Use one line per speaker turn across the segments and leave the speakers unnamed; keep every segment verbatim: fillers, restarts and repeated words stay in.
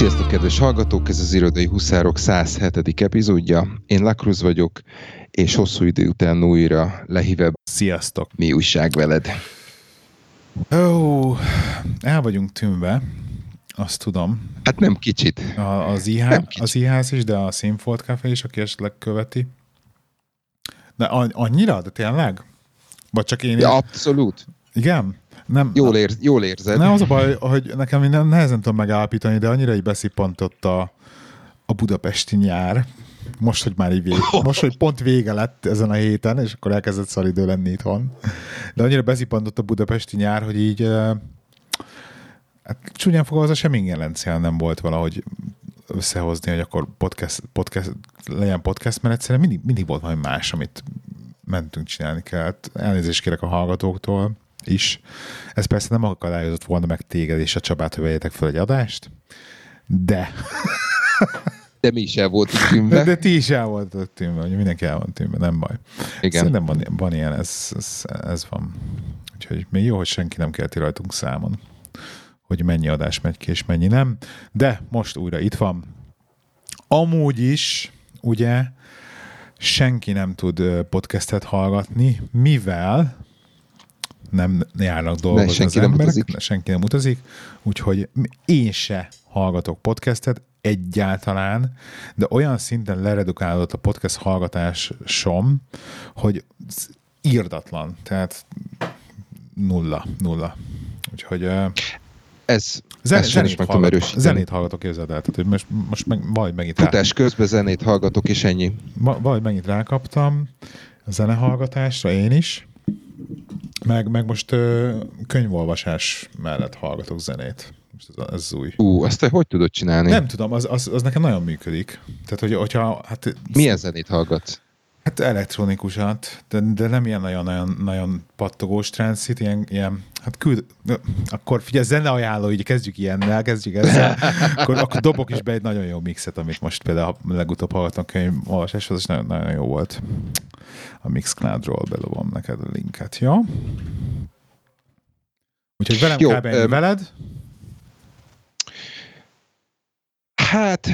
Sziasztok, kedves hallgatók! Ez az Irodai Huszárok száz hetedik epizódja. Én Lakruz vagyok, és hosszú idő után újra lehívebb.
Sziasztok!
Mi újság veled?
Ó, el vagyunk tűnve, azt tudom.
Hát nem kicsit.
A, az, i há, kicsit. Az i há is, de a Színfolt Café is, aki esetleg követi. De annyira? De tényleg? Vagy csak én...
Ja, abszolút.
Igen? Nem,
jól, ér, jól érzed.
Nem, az a baj, hogy nekem nem nehezen tudom megállapítani, de annyira így beszippantott a, a budapesti nyár. Most, hogy már így vége, most, hogy pont vége lett ezen a héten, és akkor elkezdett szalidő lenni itthon. De annyira beszippantott a budapesti nyár, hogy így hát csúnyán fogalmazva semmi ingyenlencél nem volt valahogy összehozni, hogy akkor podcast, podcast, legyen podcast, mert egyszerűen mindig, mindig volt valami más, amit mentünk csinálni kellett. Elnézést kérek a hallgatóktól is. Ez persze nem akadályozott volna meg téged és a Csabát, hogy vegyetek fel egy adást, de...
De mi is el voltunk tűnve.
De, de ti is el voltatok tűnve, hogy mindenki el van tűnve, nem baj.
Igen.
Szerintem van, van ilyen, ez, ez, ez van. Úgyhogy még jó, hogy senki nem kelti rajtunk számon, hogy mennyi adás megy ki, és mennyi nem. De most újra itt van. Amúgy is, ugye, senki nem tud podcastet hallgatni, mivel nem járnak dolgozni
senki
az
nem
emberek,
utazik.
senki nem utazik, úgyhogy én se hallgatok podcastet egyáltalán, de olyan szinten leredukálódott a podcast hallgatásom, hogy írdatlan, tehát nulla, nulla. Úgyhogy
ez,
zen-
ez zenét, meg
hallgatok, zenét hallgatok, képzeld el, tehát hogy most, most meg, vagy megint
futás rá... közben zenét hallgatok, és ennyi.
Vagy megint rákaptam a zenehallgatásra, én is, meg, meg most ö, könyvolvasás mellett hallgatok zenét. Most ez, ez új.
Ú, azt te hogy tudod csinálni?
Nem tudom, az, az, az nekem nagyon működik. Tehát, hogy, hogyha... Hát,
milyen zenét hallgatsz?
Hát elektronikusat, de, de nem ilyen nagyon-nagyon nagyon pattogós transzit, ilyen, ilyen, hát küld... Akkor figyelj, zeneajánló, így kezdjük ilyennel, kezdjük ezzel, akkor, akkor dobok is be egy nagyon jó mixet, amit most például legutóbb hallgattam könyvolvasáshoz, és nagyon, nagyon jó volt. A Mixcloudról bedobom neked a linket, jó? Úgyhogy velem
jó,
kb. Um, veled?
Hát,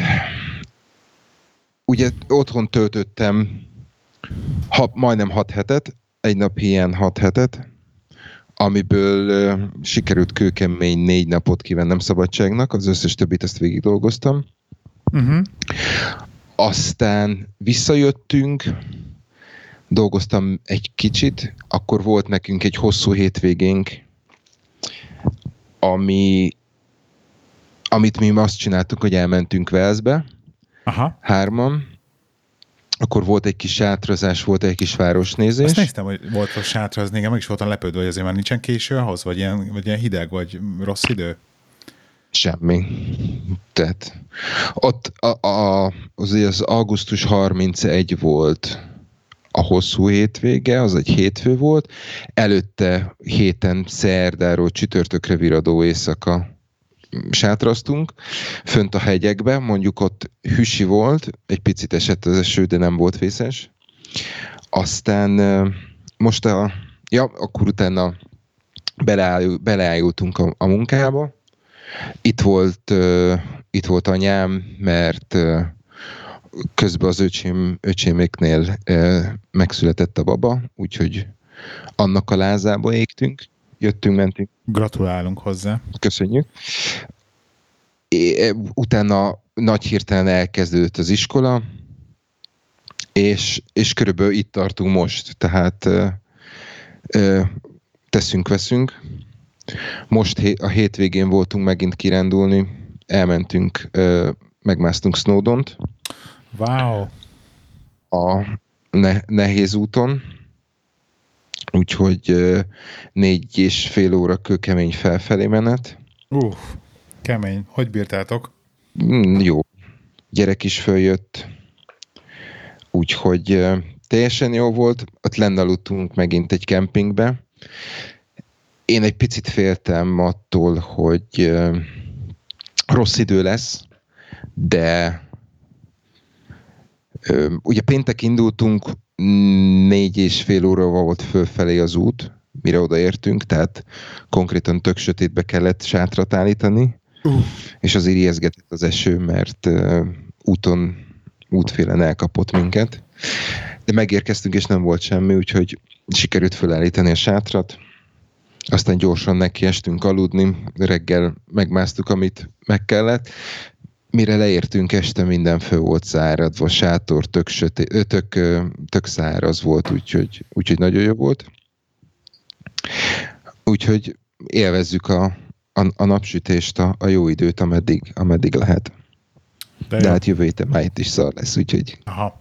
ugye otthon töltöttem ha, majdnem hat hetet, egy nap ilyen hat hetet, amiből uh, sikerült kőkemény négy napot kivennem szabadságnak, az összes többit ezt végig dolgoztam. Uh-huh. Aztán visszajöttünk, dolgoztam egy kicsit, akkor volt nekünk egy hosszú hétvégénk, ami, amit mi azt csináltuk, hogy elmentünk Velszbe,
aha,
hárman, akkor volt egy kis sátrazás, volt egy kis városnézés.
Azt néztem, hogy volt a sátrazni, igen, meg is voltam lepődve, hogy azért már nincsen késő ahhoz, vagy ilyen, vagy ilyen hideg, vagy rossz idő?
Semmi. Tehát ott a, a, az, az augusztus harmincegy volt a hosszú hétvége, az egy hétfő volt, előtte héten szerdáról csütörtökre viradó éjszaka sátraztunk, fönt a hegyekbe, mondjuk ott hűsi volt, egy picit esett az eső, de nem volt vészes. Aztán most a, ja, akkor utána beleáll, beleállultunk a, a munkába. Itt volt, uh, itt volt anyám, mert uh, közben az öcsém, öcséméknél uh, megszületett a baba, úgyhogy annak a lázába égtünk. Jöttünk, mentünk.
Gratulálunk hozzá.
Köszönjük. É, utána nagy hirtelen elkezdődött az iskola, és, és körülbelül itt tartunk most. Tehát ö, ö, teszünk-veszünk. Most hé, a hétvégén voltunk megint kirándulni, elmentünk, ö, megmásztunk Snowdont.
Wow!
A ne, nehéz úton. Úgyhogy uh, négy és fél óra kőkemény felfelé menet.
Uff, kemény. Hogy bírtátok?
Mm, jó. Gyerek is följött. Úgyhogy uh, teljesen jó volt. Ott lenne aludtunk megint egy kempingbe. Én egy picit féltem attól, hogy uh, rossz idő lesz, de uh, ugye péntek indultunk, négy és fél óra volt fölfelé az út, mire odaértünk, tehát konkrétan tök sötétbe kellett sátrat állítani. uh. és azért ijeszgetett az eső, mert uh, úton, útfélen elkapott minket. De megérkeztünk, és nem volt semmi, úgyhogy sikerült felállítani a sátrat. Aztán gyorsan nekiestünk aludni, reggel megmásztuk, amit meg kellett. Mire leértünk este, minden föl volt száradva, sátor, tök, söté, tök, tök száraz volt, úgyhogy, úgyhogy nagyon jó volt. Úgyhogy élvezzük a, a, a napsütést, a, a jó időt, ameddig, ameddig lehet. De, De hát jövő héten már itt is szar lesz, úgyhogy...
Aha.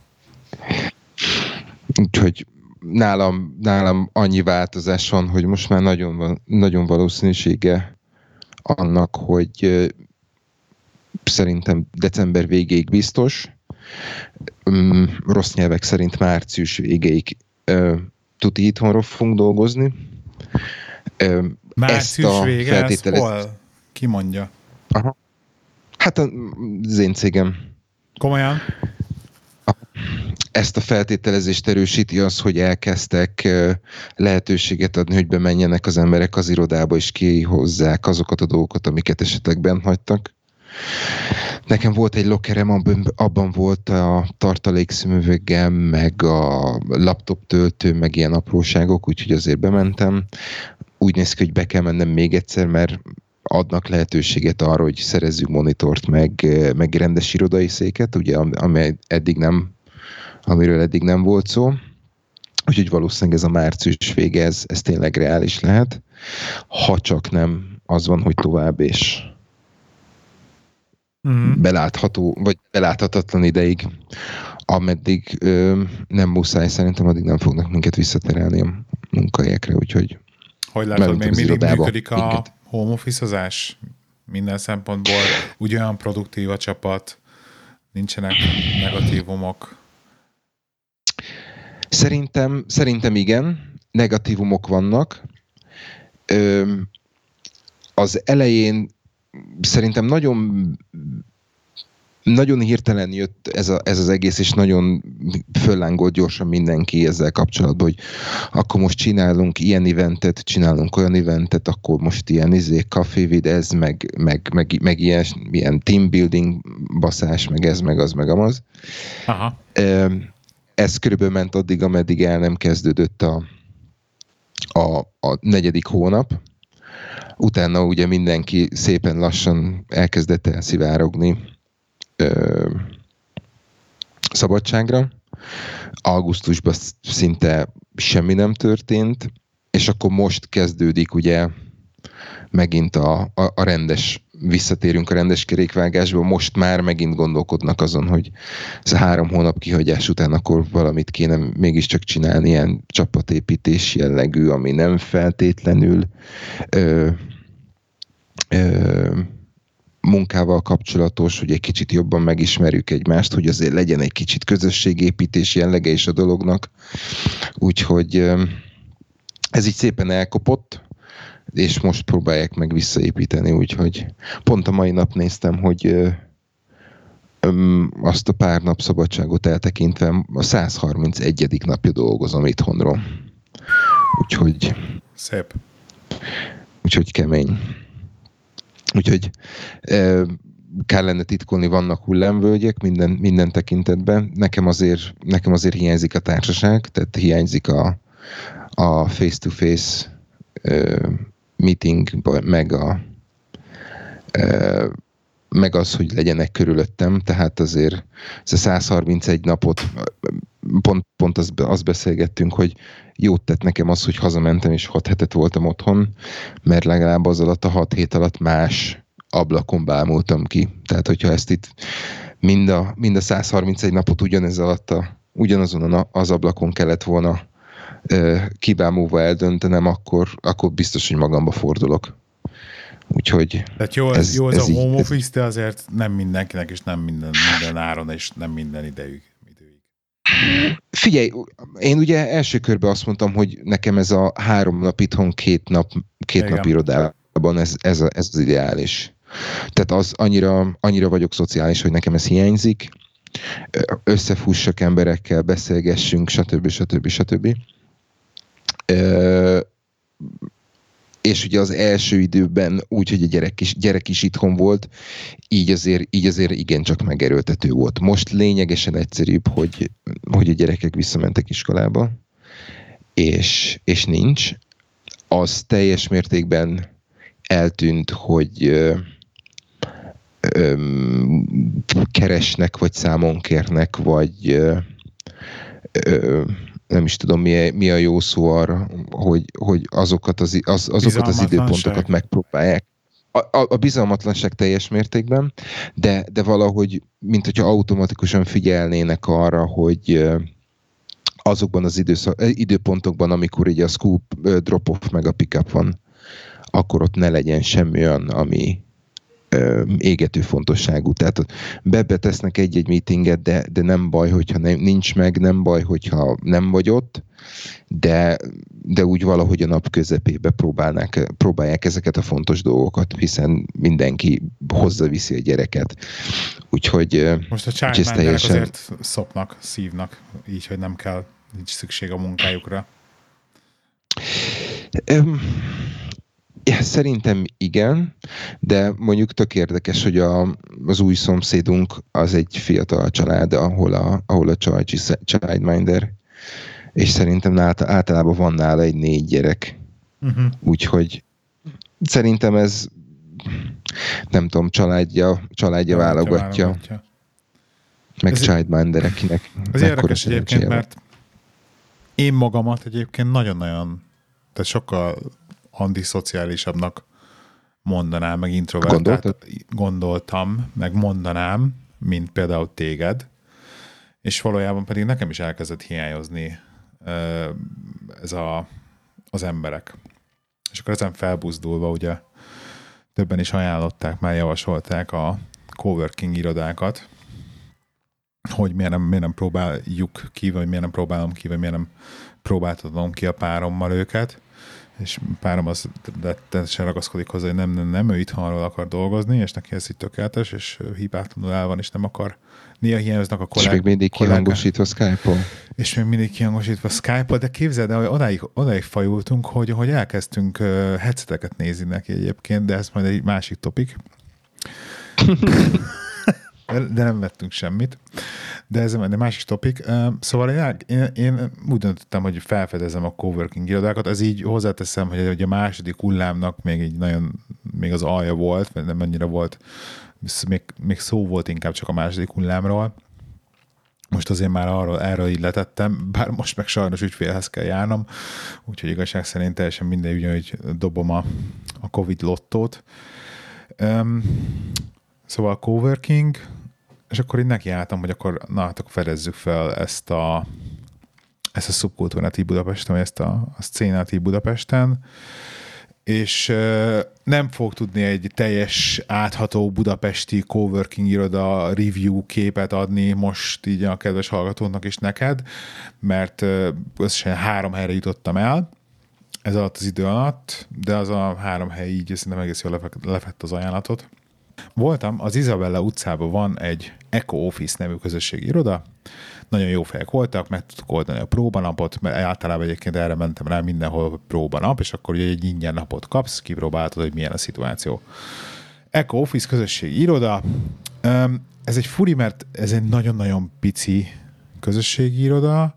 Úgyhogy nálam, nálam annyi változás van, hogy most már nagyon, nagyon valószínűsége annak, hogy szerintem december végéig biztos, rossz nyelvek szerint március végéig tuti itthonról fogunk dolgozni.
Március vége, ez hol? Ki mondja?
Aha. Hát az én cégem.
Komolyan?
Ezt a feltételezést erősíti az, hogy elkezdtek lehetőséget adni, hogy bemenjenek az emberek az irodába, és kihozzák azokat a dolgokat, amiket esetleg bent hagytak. Nekem volt egy lockerem, abban, abban volt a tartalékszemüveggem, meg a laptop töltő, meg ilyen apróságok, úgyhogy azért bementem. Úgy néz ki, hogy be kell mennem még egyszer, mert adnak lehetőséget arra, hogy szerezzük monitort, meg, meg rendes irodai széket, ugye, ami eddig nem, amiről eddig nem volt szó. Úgyhogy valószínűleg ez a március vége, ez, ez tényleg reális lehet. Ha csak nem az van, hogy tovább és mm-hmm. belátható, vagy beláthatatlan ideig, ameddig ö, nem muszáj, szerintem addig nem fognak minket visszaterelni a munkahelyekre, úgyhogy
hogy látod, még mindig működik a minket. Home office-ozás minden szempontból, ugyan produktív a csapat, nincsenek negatívumok?
Szerintem, szerintem igen, negatívumok vannak. Ö, az elején szerintem nagyon nagyon hirtelen jött ez, a, ez az egész, és nagyon föllángolt gyorsan mindenki ezzel kapcsolatban, hogy akkor most csinálunk ilyen eventet, csinálunk olyan eventet, akkor most ilyen izé, café with ez, meg, meg, meg, meg ilyen, ilyen team building baszás, meg ez, meg az, meg amaz.
Aha.
Ez körülbelül ment addig, ameddig el nem kezdődött a, a, a negyedik hónap. Utána ugye mindenki szépen lassan elkezdett elszivárogni ö, szabadságra. Augusztusban szinte semmi nem történt, és akkor most kezdődik ugye megint a, a, a rendes, visszatérünk a rendes kerékvágásba, most már megint gondolkodnak azon, hogy ez a három hónap kihagyás után akkor valamit kéne mégiscsak csinálni, ilyen csapatépítés jellegű, ami nem feltétlenül ö, ö, munkával kapcsolatos, hogy egy kicsit jobban megismerjük egymást, hogy azért legyen egy kicsit közösségépítés jellege is a dolognak. Úgyhogy ö, ez így szépen elkopott, és most próbálják meg visszaépíteni, úgyhogy pont a mai nap néztem, hogy ö, ö, azt a pár nap szabadságot eltekintve a száz harmincegyedik napja dolgozom itthonról. Úgyhogy...
Szép.
Úgyhogy kemény. Úgyhogy ö, kell lenne titkolni, vannak hullámvölgyek minden, minden tekintetben. Nekem azért, nekem azért hiányzik a társaság, tehát hiányzik a, a face-to-face ö, meeting, meg, a, ö, meg az, hogy legyenek körülöttem, tehát azért ez a száz harmincegy napot pont, pont azt, azt beszélgettünk, hogy jót tett nekem az, hogy hazamentem, és hat hetet voltam otthon, mert legalább az alatt a hat hét alatt más ablakon bámultam ki. Tehát, hogyha ezt itt mind a, mind a száz harmincegy napot ugyanez alatt a, ugyanazon a, az ablakon kellett volna ö, kibámulva eldöntenem, akkor, akkor biztos, hogy magamba fordulok. Úgyhogy...
Tehát jó, ez, jó ez, ez a home office, de azért nem mindenkinek, és nem minden, minden áron, és nem minden idejük.
Figyelj, én ugye első körben azt mondtam, hogy nekem ez a három nap itthon, két nap, két nap irodában, ez, ez, a, ez az ideális. Tehát az annyira, annyira vagyok szociális, hogy nekem ez hiányzik. Összefussak emberekkel, beszélgessünk, stb. stb. stb. és ugye az első időben úgy, hogy a gyerek is, gyerek is itthon volt, így azért, így azért igencsak megerőltető volt. Most lényegesen egyszerűbb, hogy, hogy a gyerekek visszamentek iskolába, és, és nincs. Az teljes mértékben eltűnt, hogy ö, ö, keresnek, vagy számon kérnek, vagy ö, ö, nem is tudom, mi a, mi a jó szó arra, hogy, hogy azokat az, az, azokat az időpontokat megpróbálják. A, a, a bizalmatlanság teljes mértékben, de, de valahogy, mint hogyha automatikusan figyelnének arra, hogy azokban az időszak, időpontokban, amikor így a scoop, drop-off meg a pick-up van, akkor ott ne legyen semmi olyan, ami ö, égető fontosságú. Tehát bebetesznek egy-egy meetinget, de, de nem baj, hogyha nem, nincs meg, nem baj, hogyha nem vagy ott, de, de úgy valahogy a nap közepébe próbálnák, próbálják ezeket a fontos dolgokat, hiszen mindenki hozzaviszi a gyereket. Úgyhogy
most a childminderek teljesen... azért szopnak, szívnak, így, hogy nem kell, nincs szükség a munkájukra.
Um, Ja, szerintem igen, de mondjuk tök érdekes, hogy a, az új szomszédunk az egy fiatal család, ahol a, ahol a childminder, és szerintem általában van nála egy négy gyerek. Uh-huh. Úgyhogy szerintem ez, nem tudom, családja, családja válogatja. válogatja. Meg childmindereknek.
Ez érdekes egyébként, mert én magamat egyébként nagyon-nagyon, tehát sokkal antiszociálisabbnak mondanám, meg introvertált gondoltam, meg mondanám, mint például téged, és valójában pedig nekem is elkezdett hiányozni ez a, az emberek. És akkor ezen felbuzdulva ugye többen is ajánlották, már javasolták a coworking irodákat, hogy miért nem, miért nem próbáljuk ki, vagy miért nem próbálom ki, vagy miért nem próbáltatom ki a párommal őket, és párom az teljesen ragaszkodik hozzá, hogy nem, nem, nem, ő itthonról akar dolgozni, és neki ez így tökéletes, és hibátlanul el van, és nem akar. Néha hiányoznak a kollégák.
És még mindig kihangosítva Skype-ol.
És még mindig kihangosítva Skype-ol, de képzeld el, hogy odáig, odáig fajultunk, hogy, hogy elkezdtünk uh, headseteket nézni neki egyébként, de ez majd egy másik topik. De nem vettünk semmit. De ez egy másik topik. Szóval én, én, én úgy döntöttem, hogy felfedezem a coworking irodákat. Ez így hozzáteszem, hogy a második hullámnak még így nagyon, még az alja volt, vagy nem annyira volt, még, még szó volt inkább csak a második hullámról. Most azért már arról, erről így letettem, bár most meg sajnos ügyfélhez kell járnom, úgyhogy igazság szerint teljesen minden ügyön, hogy dobom a, a Covid lottót. Um, szóval a coworking, és akkor így nekiálltam, hogy akkor, na hát akkor fedezzük fel ezt a, ezt a szubkultúrát így Budapesten, vagy ezt a, a szcénát így Budapesten, és uh, nem fog tudni egy teljes átható budapesti coworking iroda review képet adni most így a kedves hallgatónak is neked, mert uh, összesen három helyre jutottam el ez alatt az idő alatt, de az a három hely így szerintem egész jól lefett az ajánlatot. Voltam, az Izabella utcában van egy Eco Office nevű közösségi iroda, nagyon jó fejek voltak, meg tudtuk oldani a próbanapot, mert általában egyébként erre mentem rá mindenhol próbanap, és akkor ugye egy ingyen napot kapsz, kipróbáltad, hogy milyen a szituáció. Eco Office közösségi iroda, ez egy furi, mert ez egy nagyon-nagyon pici közösségi iroda,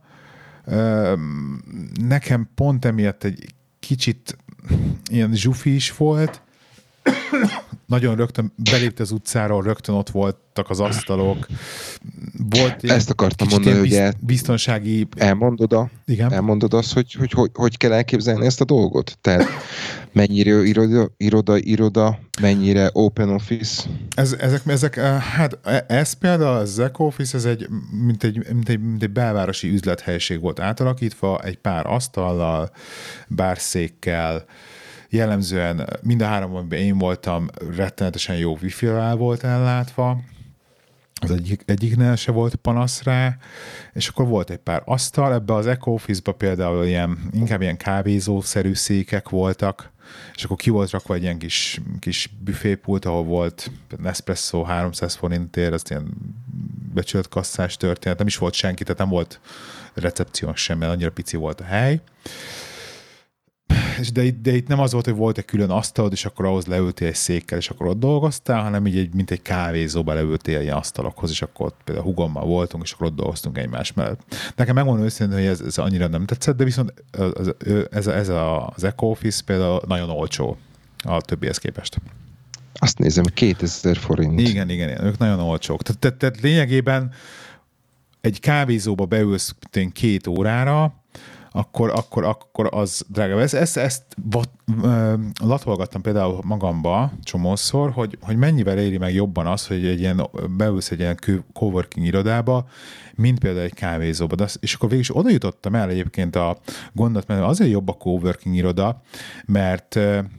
nekem pont emiatt egy kicsit ilyen zsufi is volt, nagyon rögtön belépte az utcáról, rögtön ott voltak az asztalok. Volt
ezt akartam mondani,
bizt,
ugye
biztonsági...
Elmondod, a, elmondod azt, hogy hogy, hogy hogy kell elképzelni ezt a dolgot? Tehát mennyire iroda, iroda, iroda mennyire open office?
Ez, ezek, ezek, hát ez például, az Eco Office, ez egy mint, egy, mint, egy, mint egy belvárosi üzlethelység volt átalakítva, egy pár asztallal, bárszékkel, jellemzően mind a három, amiben én voltam, rettenetesen jó wifi-vel volt ellátva, az egyik, egyiknél se volt panasz rá, és akkor volt egy pár asztal, ebbe az Eco Office-ba például ilyen, inkább ilyen kávézószerű székek voltak, és akkor ki volt rakva egy ilyen kis, kis büfépult, ahol volt Nespresso háromszáz forintért, ezt ilyen becsült kasszás történet, nem is volt senki, tehát nem volt recepció sem, mert annyira pici volt a hely. de, itt, de itt nem az volt, hogy volt egy külön asztalod, és akkor ahhoz leültél egy székkel, és akkor ott dolgoztál, hanem így egy, mint egy kávézóba leültél ilyen asztalokhoz, és akkor ott például hugommal voltunk, és akkor ott dolgoztunk egymás mellett. Nekem megmondom őszintén, hogy ez, ez annyira nem tetszett, de viszont ez, ez, ez a, az Echo Office például nagyon olcsó a többihez képest.
Azt nézem, kétezer forint.
Igen, igen, igen, ők nagyon olcsók. Tehát, tehát, tehát lényegében egy kávézóba beülsz két órára, akkor, akkor, akkor az drága. Ezt, ezt, ezt latolgattam például magamba csomószor, hogy, hogy mennyivel éri meg jobban az, hogy egy ilyen, beülsz egy ilyen coworking irodába, mint például egy kávézóba. De, és akkor végül is oda jutottam el egyébként a gondot, mert azért jobb a coworking iroda, mert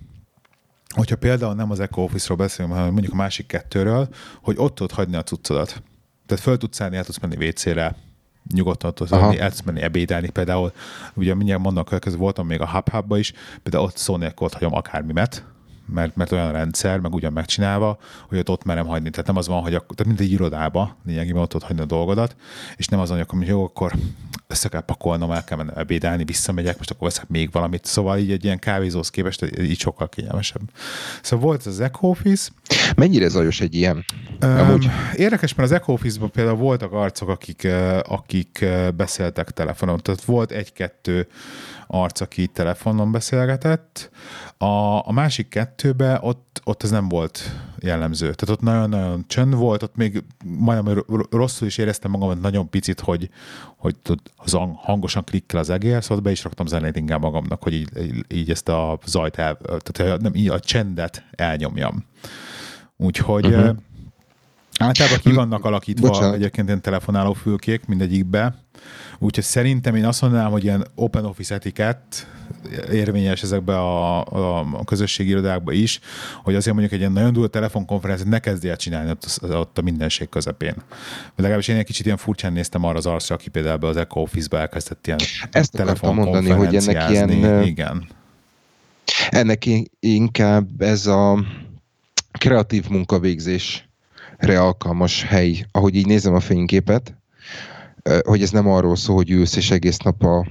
hogyha például nem az Echo Office-ról beszélünk, hanem mondjuk a másik kettőről, hogy ott tudod hagyni a cuccodat. Tehát föl tudsz állni, el tudsz menni vécére, nyugodtan tudsz menni, el tudsz menni ebédelni. Például, ugye mindjárt mondom, a következő voltam még a Hub-Hubba is, például ott szó nélkül ott hagyom akármimet, mert, mert olyan rendszer, meg ugyan megcsinálva, hogy ott, ott merem hagyni. Tehát nem az van, hogy akkor, tehát mint egy irodába, lényegében ott tudod hagyni a dolgodat, és nem az van, hogy jó, akkor össze kell pakolnom, el kell menni ebédelni, visszamegyek, most akkor veszek még valamit. Szóval így egy ilyen kávézóhoz képest így sokkal kényelmesebb. Szóval volt az Echo Office.
Mennyire zajos egy ilyen?
Um, érdekes, mert az Echo Office-ban például voltak arcok, akik, akik beszéltek telefonon. Tehát volt egy-kettő arc, aki telefonon beszélgetett. A, a másik kettőben ott, ott ez nem volt jellemző. Tehát ott nagyon-nagyon csönd volt, ott még majdnem rosszul is éreztem magam, nagyon picit, hogy, hogy az hangosan klikkel az egér, szóval be is raktam zenét inkább magamnak, hogy így, így ezt a zajt el, tehát nem, így a csendet elnyomjam. Úgyhogy uh-huh. általában ki vannak alakítva Bocsánat. egyébként ilyen telefonáló fülkék mindegyikbe, úgyhogy szerintem én azt mondanám, hogy ilyen open office etikett érvényes ezekbe a, a, a közösségi irodákba is, hogy azért mondjuk egy ilyen nagyon durva telefonkonferenciát ne kezdj el csinálni ott, ott a mindenség közepén. Legalábbis én egy kicsit ilyen furcsán néztem arra az arcra, aki például az Echo Office-be elkezdett ilyen telefonkonferenciázni.
Ilyen,
igen.
Ennek inkább ez a kreatív munkavégzésre alkalmas hely, ahogy így nézem a fényképet, hogy ez nem arról szól, hogy ülsz és egész nap a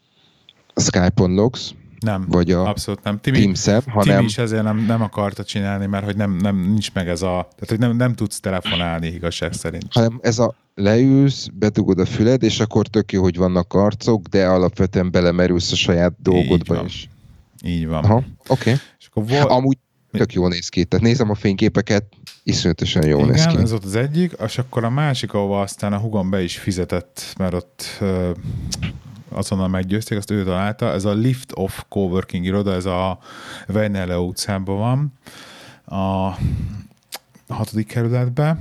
Skype-on logsz,
nem,
vagy a
abszolút nem.
Timi, Teams-en, hanem...
Timi is ezért nem, nem akarta csinálni, mert hogy nem, nem, nincs meg ez a... Tehát, hogy nem, nem tudsz telefonálni igazság szerint.
Hanem ez a leülsz, bedugod a füled, és akkor tök jó, hogy vannak arcok, de alapvetően belemerülsz a saját dolgodba is.
Így van.
Aha, oké. Okay.
Vol...
Amúgy tök jól néz ki. Tehát nézem a fényképeket, iszonyatosan jól
Igen,
néz ki.
ez volt az egyik, és akkor a másik, ahova aztán a hugom be is fizetett, mert ott uh, azonnal meggyőzték, azt ő találta, ez a Lift Off Coworking iroda, ez a Vejnele utcában van, a hatodik kerületben.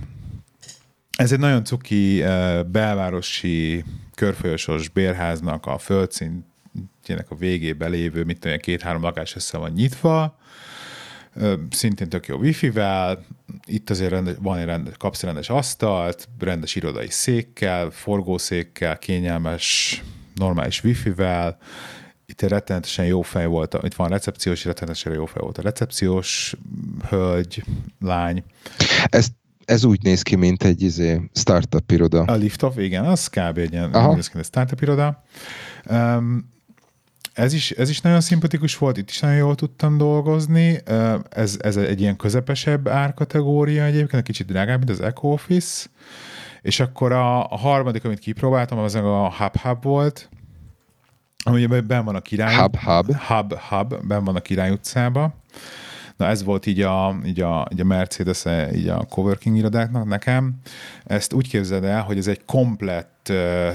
Ez egy nagyon cuki uh, belvárosi körfolyosos bérháznak a földszintjének a végébe lévő, mit tudom, két-három lakás össze van nyitva, szintén tök jó wifi-vel, itt azért rendes, van egy rendes, kapsz rendes asztalt, rendes irodai székkel, forgószékkel, kényelmes, normális wifi-vel, itt rettenetesen jó fej volt, itt van recepciós, rettenetesen jó fej volt a recepciós hölgy, lány.
Ez, ez úgy néz ki, mint egy izé, startup iroda.
A Liftoff, igen, az kb. Egy ilyen startup iroda. Um, Ez is, ez is nagyon szimpatikus volt, itt is nagyon jól tudtam dolgozni. Ez, ez egy ilyen közepesebb árkategória egyébként, kicsit drágább, mint az Echo Office. És akkor a, a harmadik, amit kipróbáltam, az a Hub-Hub volt, ami benn van a Király...
Hub-Hub.
Hub-Hub, benn van a Király utcába. Na ez volt így a, így a, így a Mercedes, így a coworking irodáknak nekem. Ezt úgy képzeld el, hogy ez egy komplett uh,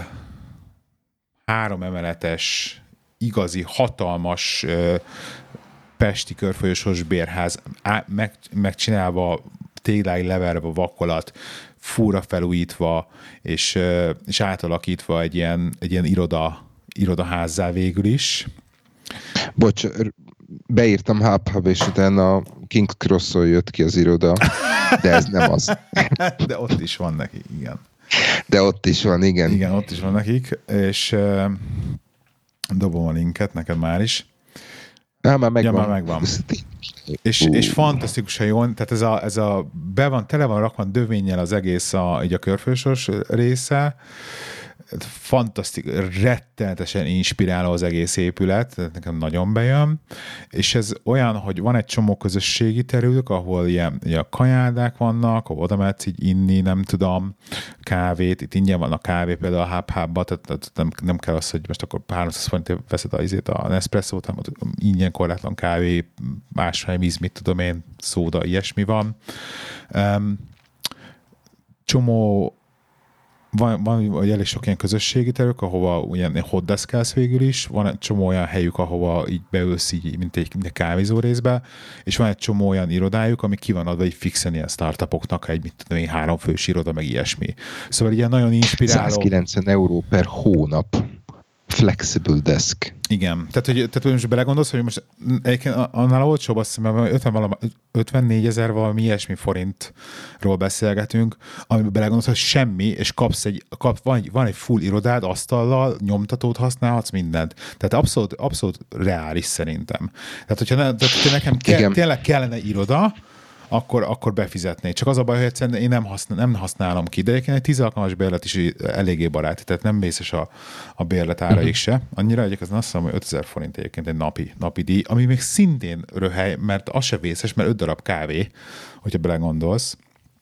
három emeletes igazi, hatalmas uh, pesti körfolyosos bérház, á, meg, megcsinálva, téglái leverve, vakolat, fúra felújítva, és, uh, és átalakítva egy ilyen, egy ilyen iroda, irodaházzá végül is.
Bocs, beírtam Hub-Hub, és utána King Cross-on jött ki az iroda, de ez nem az.
De ott is van nekik, igen.
De ott is van, igen.
Igen, ott is van nekik, és uh, dobom a linket neked már is.
Ja, már megvan.
Ja, már megvan. És, és fantasztikusan jó, tehát ez a, ez a be van, tele van rakva dövényel az egész a, így a körfősos része, fantasztikus, rettenetesen inspiráló az egész épület, nekem nagyon bejön, és ez olyan, hogy van egy csomó közösségi terülük, ahol ilyen, ilyen kajádák vannak, ahol oda mehetsz így inni, nem tudom, kávét, itt ingyen van a kávé például a Hub-Hubba, tehát, tehát nem, nem kell az, hogy most akkor háromszáz forintért veszed a, izét, a Nespresso-t, hanem ingyen korlátlan kávé, ásványvíz, mit tudom én, szóda, ilyesmi van. Um, csomó Van, van elég sok ilyen közösségi terük, ahova ilyen hotdeskelsz végül is, van egy csomó olyan helyük, ahova így beülsz így, mint egy, mint egy kávézó részbe, és van egy csomó olyan irodájuk, ami ki van adva így fixen ilyen startupoknak, egy mit tudom én, háromfős iroda, meg ilyesmi. Szóval ilyen nagyon inspiráló.
százkilencven euró per hónap. Flexible desk.
Igen. Tehát, hogy, tehát, hogy most belegondolsz, hogy most egyébként annál olcsóbb, azt hiszem, ötvennégy ezer valami ilyesmi forintról beszélgetünk, amiben belegondolsz, hogy semmi, és kapsz egy, kap, van, egy, van egy full irodád, asztallal, nyomtatót használhatsz, mindent. Tehát abszolút, abszolút reális szerintem. Tehát, hogyha, ne, tehát, hogyha nekem ke, tényleg kellene iroda, akkor, akkor befizetnék. Csak az a baj, hogy egyszerűen én nem, használ, nem használom ki, de egyébként egy tíz alkalmas bérlet is eléggé barát, tehát nem vészes a, a bérlet áraik uh-huh. se. Annyira egyébként azt hiszem, hogy ötezer forint egyébként egy napi, napi díj, ami még szintén röhely, mert az se vészes, mert öt darab kávé, hogyha belegondolsz.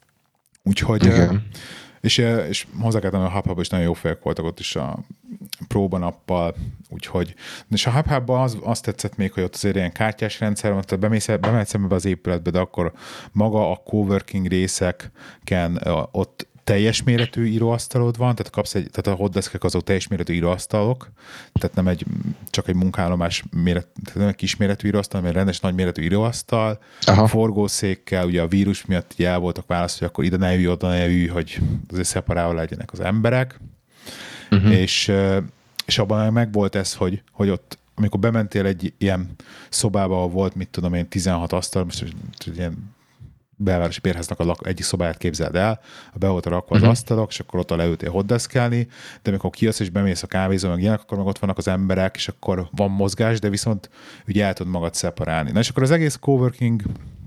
Úgyhogy, uh, és, és hozzá kell tenni, a Hub-Hub is nagyon jó fejek voltak ott is a próbanappal, úgyhogy, és a Hub-Hubban az, azt tetszett még, hogy ott azért ilyen kártyás rendszer van, tehát bemész, bemehetsz ebbe az épületbe, de akkor maga a coworking részeken ott teljes méretű íróasztalod van, tehát kapsz egy, tehát a hotdeskek azok teljes méretű íróasztalok, tehát nem egy, csak egy munkállomás méret, tehát nem egy kis méretű íróasztal, hanem egy rendes nagy méretű íróasztal, Aha. forgószékkel, ugye a vírus miatt el voltak válasz, hogy akkor ide ne ülj, oda ne ülj, hogy azért szeparálva legyenek az emberek, uh-huh. és, és abban meg volt ez, hogy, hogy ott, amikor bementél egy ilyen szobába, ahol volt, mit tudom én, tizenhat asztal, most ilyen belvárosi bérháznak a lak- egyik szobáját képzeld el, be volt rakva az uh-huh. asztalok, és akkor ott leültél hotdeskelni, de amikor kijössz és bemész a kávézó, meg ilyenek, akkor meg ott vannak az emberek, és akkor van mozgás, de viszont ugye el tudod magad szeparálni. Na és akkor az egész coworking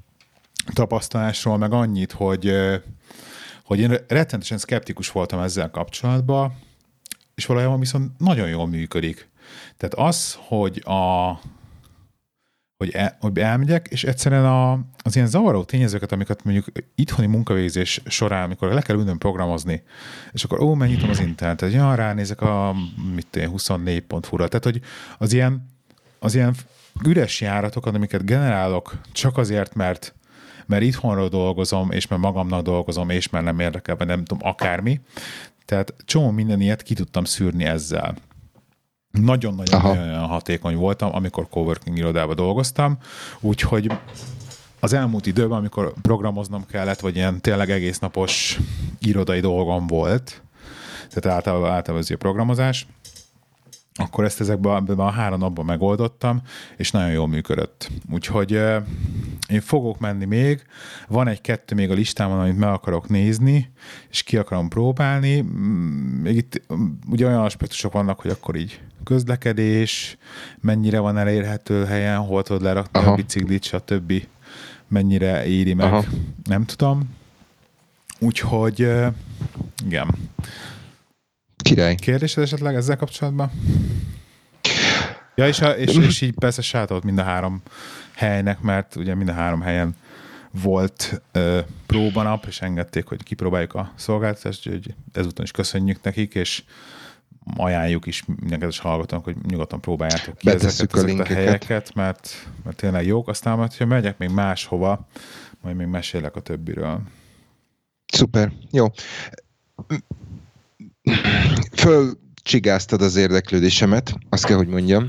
tapasztalásról meg annyit, hogy, hogy én rettenetesen szkeptikus voltam ezzel kapcsolatban, és valójában viszont nagyon jól működik. Tehát az, hogy a hogy, el, hogy elmegyek, és egyszerűen a, az ilyen zavaró tényezőket, amiket mondjuk itthoni munkavégzés során, amikor le kell ülnöm programozni, és akkor ó, megnyitom az internetet, ja, ránézek a mit én, huszonnégy pont hu-ra. Tehát, hogy az ilyen, az ilyen üres járatokat, amiket generálok csak azért, mert, mert itthonról dolgozom, és mert magamnak dolgozom, és mert nem érdekel, vagy nem tudom, akármi. Tehát csomó minden ilyet ki tudtam szűrni ezzel. Nagyon-nagyon hatékony voltam, amikor coworking irodában dolgoztam, úgyhogy az elmúlt időben, amikor programoznom kellett, vagy ilyen tényleg egész napos irodai dolgom volt, tehát általában, általában az programozás, akkor ezt ezekben a három napban megoldottam, és nagyon jól működött. Úgyhogy euh, én fogok menni még, van egy-kettő még a listámon, amit meg akarok nézni, és ki akarom próbálni. Még itt ugye olyan aspektusok vannak, hogy akkor így közlekedés, mennyire van elérhető helyen, hol tudod lerakni Aha. a biciklit, stb. Mennyire éri meg, Aha. nem tudom. Úgyhogy euh, igen.
Király.
Kérdésed esetleg ezzel kapcsolatban? Ja, és, a, és, és így persze sátolt mind a három helynek, mert ugye mind a három helyen volt uh, próbanap, és engedték, hogy kipróbáljuk a szolgáltatást, úgyhogy ezúton is köszönjük nekik, és ajánljuk is mindenkedes hallgatónak, hogy nyugodtan próbáljátok ki ezeket,
a, ezeket a helyeket,
mert, mert tényleg jók. Aztán majd, ha megyek még máshova, majd még mesélek a többiről.
Szuper, jó. Fölcsigáztad az érdeklődésemet, azt kell, hogy mondjam.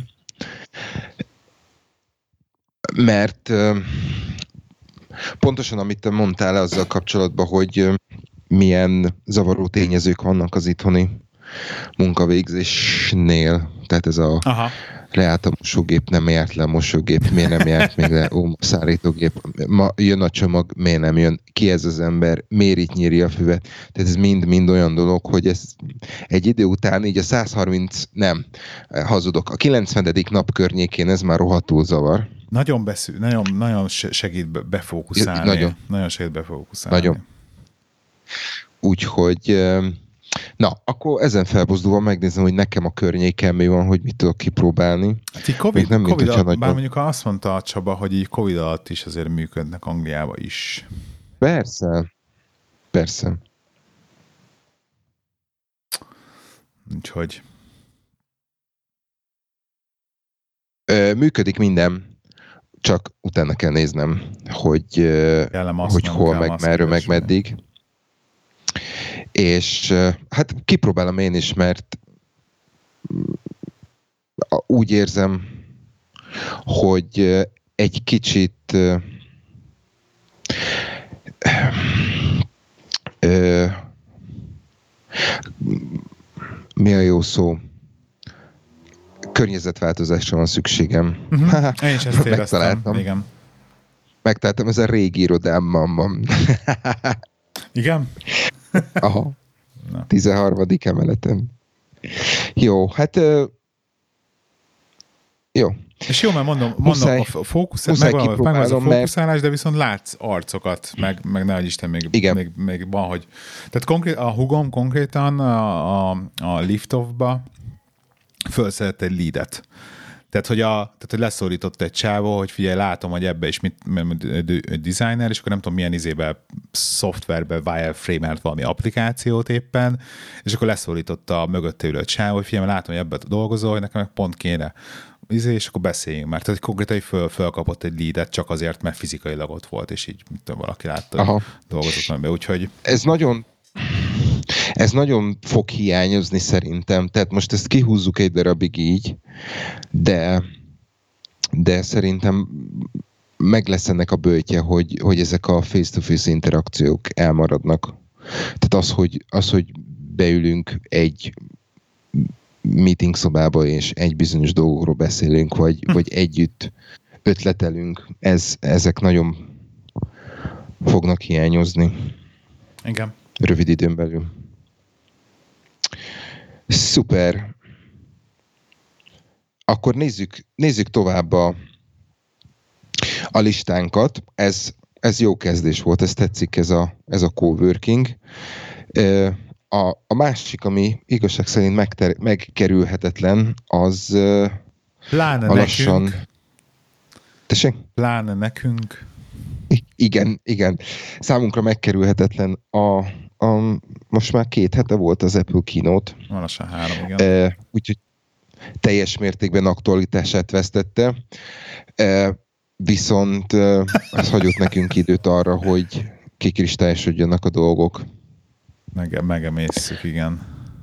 Mert pontosan amit te mondtál azzal kapcsolatban, hogy milyen zavaró tényezők vannak az itthoni munkavégzésnél. Tehát ez a Aha. leállt a mosógép, nem járt le a mosógép, miért nem járt még le, ó, szárítógép, ma jön a csomag, miért nem jön, ki ez az ember, miért itt nyíri a füvet. Tehát ez mind-mind olyan dolog, hogy ez egy idő után így a száz harminc, nem, hazudok, a kilencvenedik nap környékén ez már rohadtul zavar.
Nagyon beszél, nagyon, nagyon segít befókuszálni.
Nagyon.
Nagyon segít befókuszálni.
Nagyon. Úgyhogy Na, akkor ezen felbuzdulva megnézem, hogy nekem a környéken mi van, hogy mit tudok kipróbálni.
Hát így COVID,
nem,
COVID
mint,
alatt,
nagyon...
bár mondjuk azt mondta a Csaba, hogy így COVID alatt is azért működnek Angliába is.
Persze. Persze.
Úgyhogy...
Ö, működik minden, csak utána kell néznem, hogy,
azt,
hogy hol, meg merről, meg meddig. És hát kipróbálom én is, mert úgy érzem, hogy egy kicsit ö, mi a jó szó? Környezetváltozásra van szükségem.
Uh-huh. Én is ezt
Megtaláltam.
Igen.
Megtaláltam, ez a régi irodámban van.
Igen?
Aha. Na. tizenharmadik emeleten. Jó, hát uh, jó.
És jó, mert mondom, mondom muszáj, a fókuszálás, megvan, megvan az a fókuszálás, mert... de viszont látsz arcokat, meg, meg nehogy Isten, még, még, még van, hogy... Tehát konkrét, a hugom konkrétan a, a, a lift-off-ba felszedett egy leadet. Tehát, hogy, a, tehát, hogy leszólított egy csávó, hogy figyelj, látom, hogy ebbe is mit, egy designer, és akkor nem tudom, milyen izébe, szoftverbe wireframe-elt valami applikációt éppen, és akkor leszólította a mögötte ülő csávó, hogy figyelj, látom, hogy ebbe dolgozol, hogy nekem meg pont kéne. Izé, és akkor beszéljünk már. Tehát konkrétan föl, fölkapott egy leadet csak azért, mert fizikailag ott volt, és így mit tudom, valaki látta, hogy dolgozott be. Úgyhogy...
Ez nagyon... Ez nagyon fog hiányozni szerintem, tehát most ezt kihúzzuk egy darabig így, de, de szerintem meg lesz ennek a böjtje, hogy, hogy ezek a face-to-face interakciók elmaradnak. Tehát az, hogy, az, hogy beülünk egy meeting szobába, és egy bizonyos dolgokról beszélünk, vagy, vagy együtt ötletelünk, ez, ezek nagyon fognak hiányozni.
Igen.
Rövid időn belül. Szuper. Akkor nézzük, nézzük tovább a, a listánkat. Ez, ez jó kezdés volt, ez tetszik, ez a, ez a coworking. A, a másik, ami igazság szerint megter, megkerülhetetlen, az
Pláne
a lassan...
nekünk.
Tessék?
Pláne nekünk.
I- igen, igen. Számunkra megkerülhetetlen a A, most már két hete volt az Apple Keynote.
Van lassan három, igen.
E, úgyhogy teljes mértékben aktualitását vesztette. E, viszont e, az hagyott nekünk időt arra, hogy kikristályosodjanak a dolgok.
Meg, megemészszük, igen.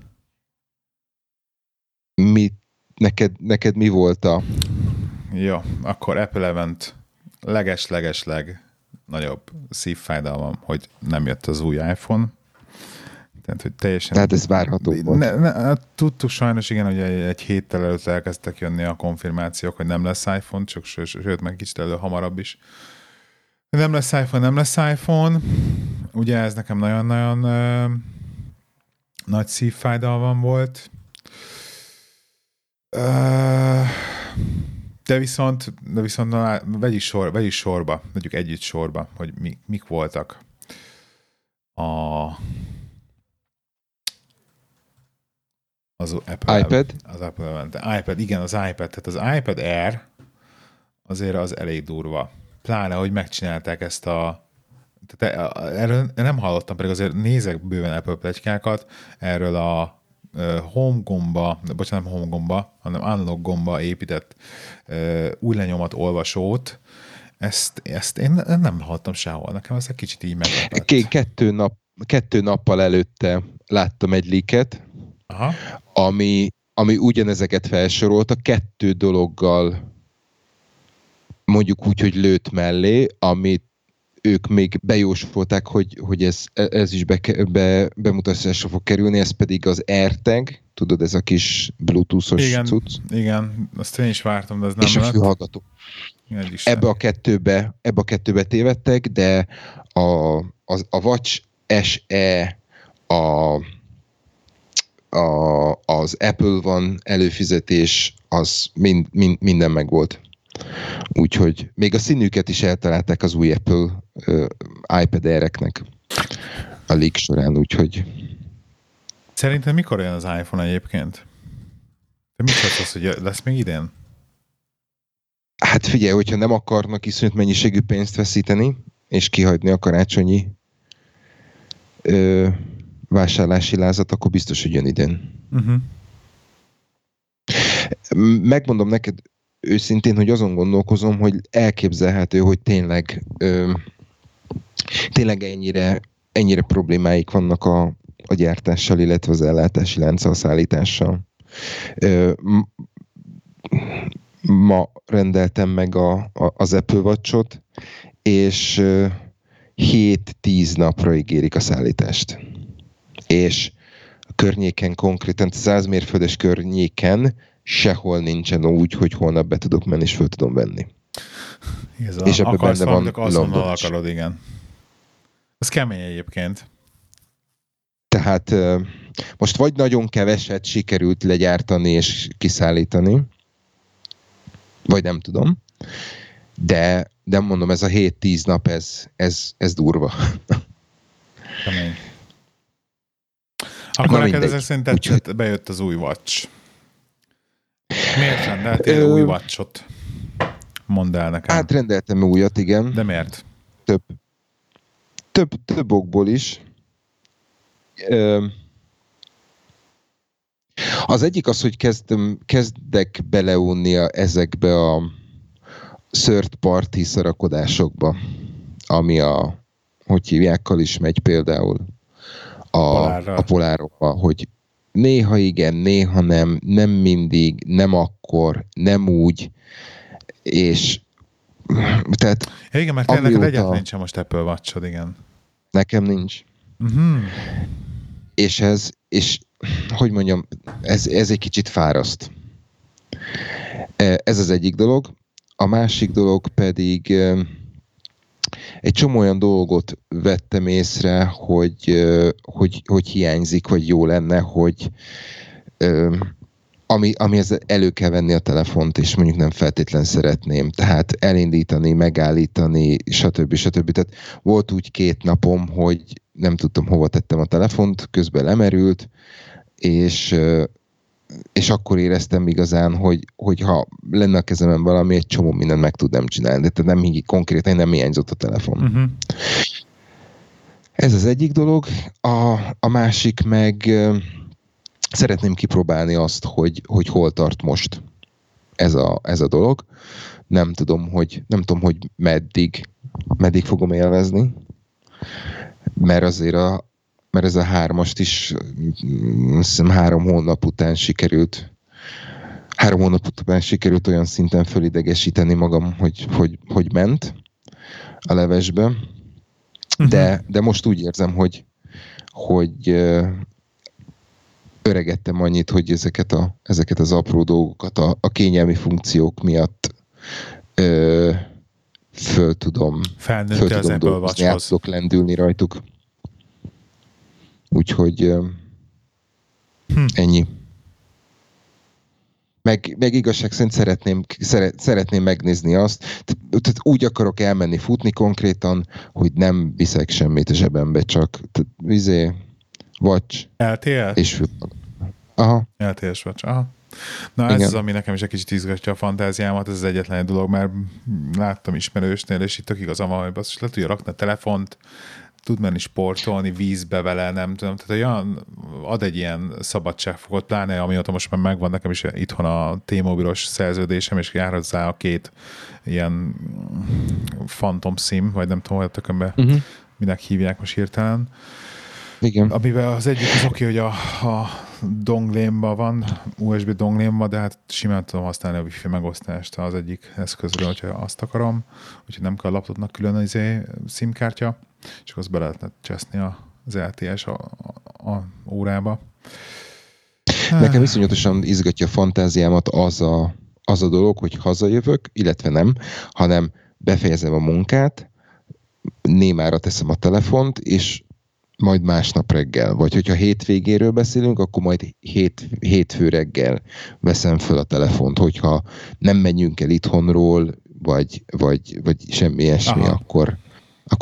Mi, neked, neked mi volt a...
Jó, akkor Apple Event leges-legesleg nagyobb szívfájdalmam, hogy nem jött az új iPhone. Tehát, hogy teljesen...
Tehát ez várható volt.
Ne, ne, tudtuk sajnos, igen, hogy egy, egy héttel előtt elkezdtek jönni a konfirmációk, hogy nem lesz iPhone, csak ső, sőt, meg kicsit elő hamarabb is. Nem lesz iPhone, nem lesz iPhone. Ugye ez nekem nagyon-nagyon ö, nagy szívfájdalmam volt. Ö, de viszont, de viszont na, vegy, is sor, vegy is sorba, vegyük együtt sorba, hogy mi, mik voltak a... Az Apple
iPad?
Az Apple iPad, igen, az iPad. Tehát az iPad Air azért az elég durva. Pláne, hogy megcsinálták ezt a... Tehát erről nem hallottam, pedig azért nézek bőven Apple pletykákat, erről a home gomba, bocsánat, nem home gomba, hanem unlock gomba épített új lenyomat olvasót. Ezt, ezt én nem hallottam sehol. Nekem ez egy kicsit így meglepett.
Kettő, nap, kettő nappal előtte láttam egy leaket,
Aha.
Ami, ami ugyanezeket felsorolta, kettő dologgal mondjuk úgy, hogy lőtt mellé, amit ők még bejósolták, hogy, hogy ez, ez is be, be, bemutatásra fog kerülni, ez pedig az AirTag, tudod, ez a kis bluetoothos
igen,
cucc.
Igen, azt én is vártam, de ez nem
és lett. És a fülhallgató. Ebbe a kettőbe, ebbe a kettőbe tévedtek, de a, a, a Watch es e, a A, az Apple van előfizetés, az mind, mind, minden megvolt. Úgyhogy még a színüket is eltalálták az új Apple uh, iPad Air-eknek a leak során, úgyhogy
Szerintem mikor jön az iPhone egyébként? Te mit szólsz, hogy lesz még idén?
Hát figyelj, hogyha nem akarnak iszonyat mennyiségű pénzt veszíteni, és kihagyni a karácsonyi ö, vásárlási lázat, akkor biztos, hogy jön idén. Uh-huh. Megmondom neked őszintén, hogy azon gondolkozom, hogy elképzelhető, hogy tényleg ö, tényleg ennyire, ennyire problémáik vannak a, a gyártással, illetve az ellátási lánccal, a szállítással. Ö, ma rendeltem meg a, a, az Apple Watch-ot, és hét-tíz napra ígérik a szállítást. És a környéken konkrétan, száz mérföldes környéken sehol nincsen úgy, hogy holnap be tudok menni, és föl tudom venni.
Igazán, és ebben benne van azonnal akarod, igen. Ez kemény egyébként.
Tehát most vagy nagyon keveset sikerült legyártani és kiszállítani, vagy nem tudom, de, de mondom, ez a hét-tíz nap, ez, ez, ez durva.
Kemény. Akkor
Na
neked ezek szerint tetszett, úgy, bejött az új Watch. Miért rendeltél ö... új Watch-ot? Mondd el nekem.
Hát rendeltem újat, igen.
De miért?
Több, több, több okból is. Ö... Az egyik az, hogy kezdem, kezdek beleunnia ezekbe a third party szarakodásokba, ami a, hogy hívjákkal is megy például a, a polárokba, hogy néha igen, néha nem, nem mindig, nem akkor, nem úgy, és tehát...
Ja, igen, mert tényleg amióta... egyáltalán nincsen most Apple Watch-od, igen.
Nekem nincs. Uh-huh. És ez, és hogy mondjam, ez, ez egy kicsit fáraszt. Ez az egyik dolog. A másik dolog pedig egy csomó olyan dolgot vettem észre, hogy, hogy, hogy hiányzik, vagy jó lenne, hogy ami, amihez elő kell venni a telefont, és mondjuk nem feltétlen szeretném. Tehát elindítani, megállítani, stb. stb. Tehát volt úgy két napom, hogy nem tudtam, hova tettem a telefont, közben lemerült, és, és akkor éreztem igazán, hogy, hogy ha lenne a kezemben valami, egy csomó mindent meg tudnám csinálni, de tehát nem így konkrétan nem hiányzott a telefon. Uh-huh. Ez az egyik dolog. A, a másik meg szeretném kipróbálni azt, hogy, hogy hol tart most ez a, ez a dolog. Nem tudom, hogy, nem tudom, hogy meddig, meddig fogom élvezni, mert azért a mert ez a hármast is azt hiszem három hónap után sikerült három hónap után sikerült olyan szinten fölidegesíteni magam, hogy, hogy, hogy ment a levesbe. Uh-huh. De, de most úgy érzem, hogy, hogy öregettem annyit, hogy ezeket, a, ezeket az apró dolgokat a, a kényelmi funkciók miatt ö, föl tudom, föl tudom dolgozni, át tudok lendülni rajtuk. Úgyhogy hm. ennyi. Meg, meg igazság szerint szeretném, szeret, szeretném megnézni azt, tehát úgy akarok elmenni futni konkrétan, hogy nem viszek semmit a zsebembe, csak vizé, watch,
el té el?
És fut. Aha.
el té es watch, aha. Na ez igen. Az, ami nekem is egy kicsit izgatja a fantáziámat, ez az egyetlen egy dolog, mert láttam ismerősnél, és itt tök igazam van, hogy basszus, le tudja rakni a telefont, tud menni sportolni, vízbe vele, nem tudom. Tehát olyan ad egy ilyen szabadságfogot, pláne amióta most már megvan nekem is itthon a T-Mobile-os szerződésem, és jár hozzá a két ilyen Phantom SIM, vagy nem tudom, hogy a tökönbe uh-huh. minek hívják most hirtelen.
Igen.
Amiben az egyik az oké, hogy a, a donglémban van, u es bé donglémban, de hát simán tudom használni a wifi megosztást az egyik eszközről, hogyha azt akarom, úgyhogy nem kell a laptopnak külön az SIM-kártya, csak azt be lehetne cseszni az el té es a, a, a órába.
Nekem iszonyatosan izgatja a fantáziámat az a, az a dolog, hogy hazajövök, illetve nem, hanem befejezem a munkát, némára teszem a telefont, és majd másnap reggel. Vagy hogyha hétvégéről beszélünk, akkor majd hét, hétfő reggel veszem föl a telefont, hogyha nem menjünk el itthonról, vagy, vagy, vagy semmi ilyesmi, akkor, akkor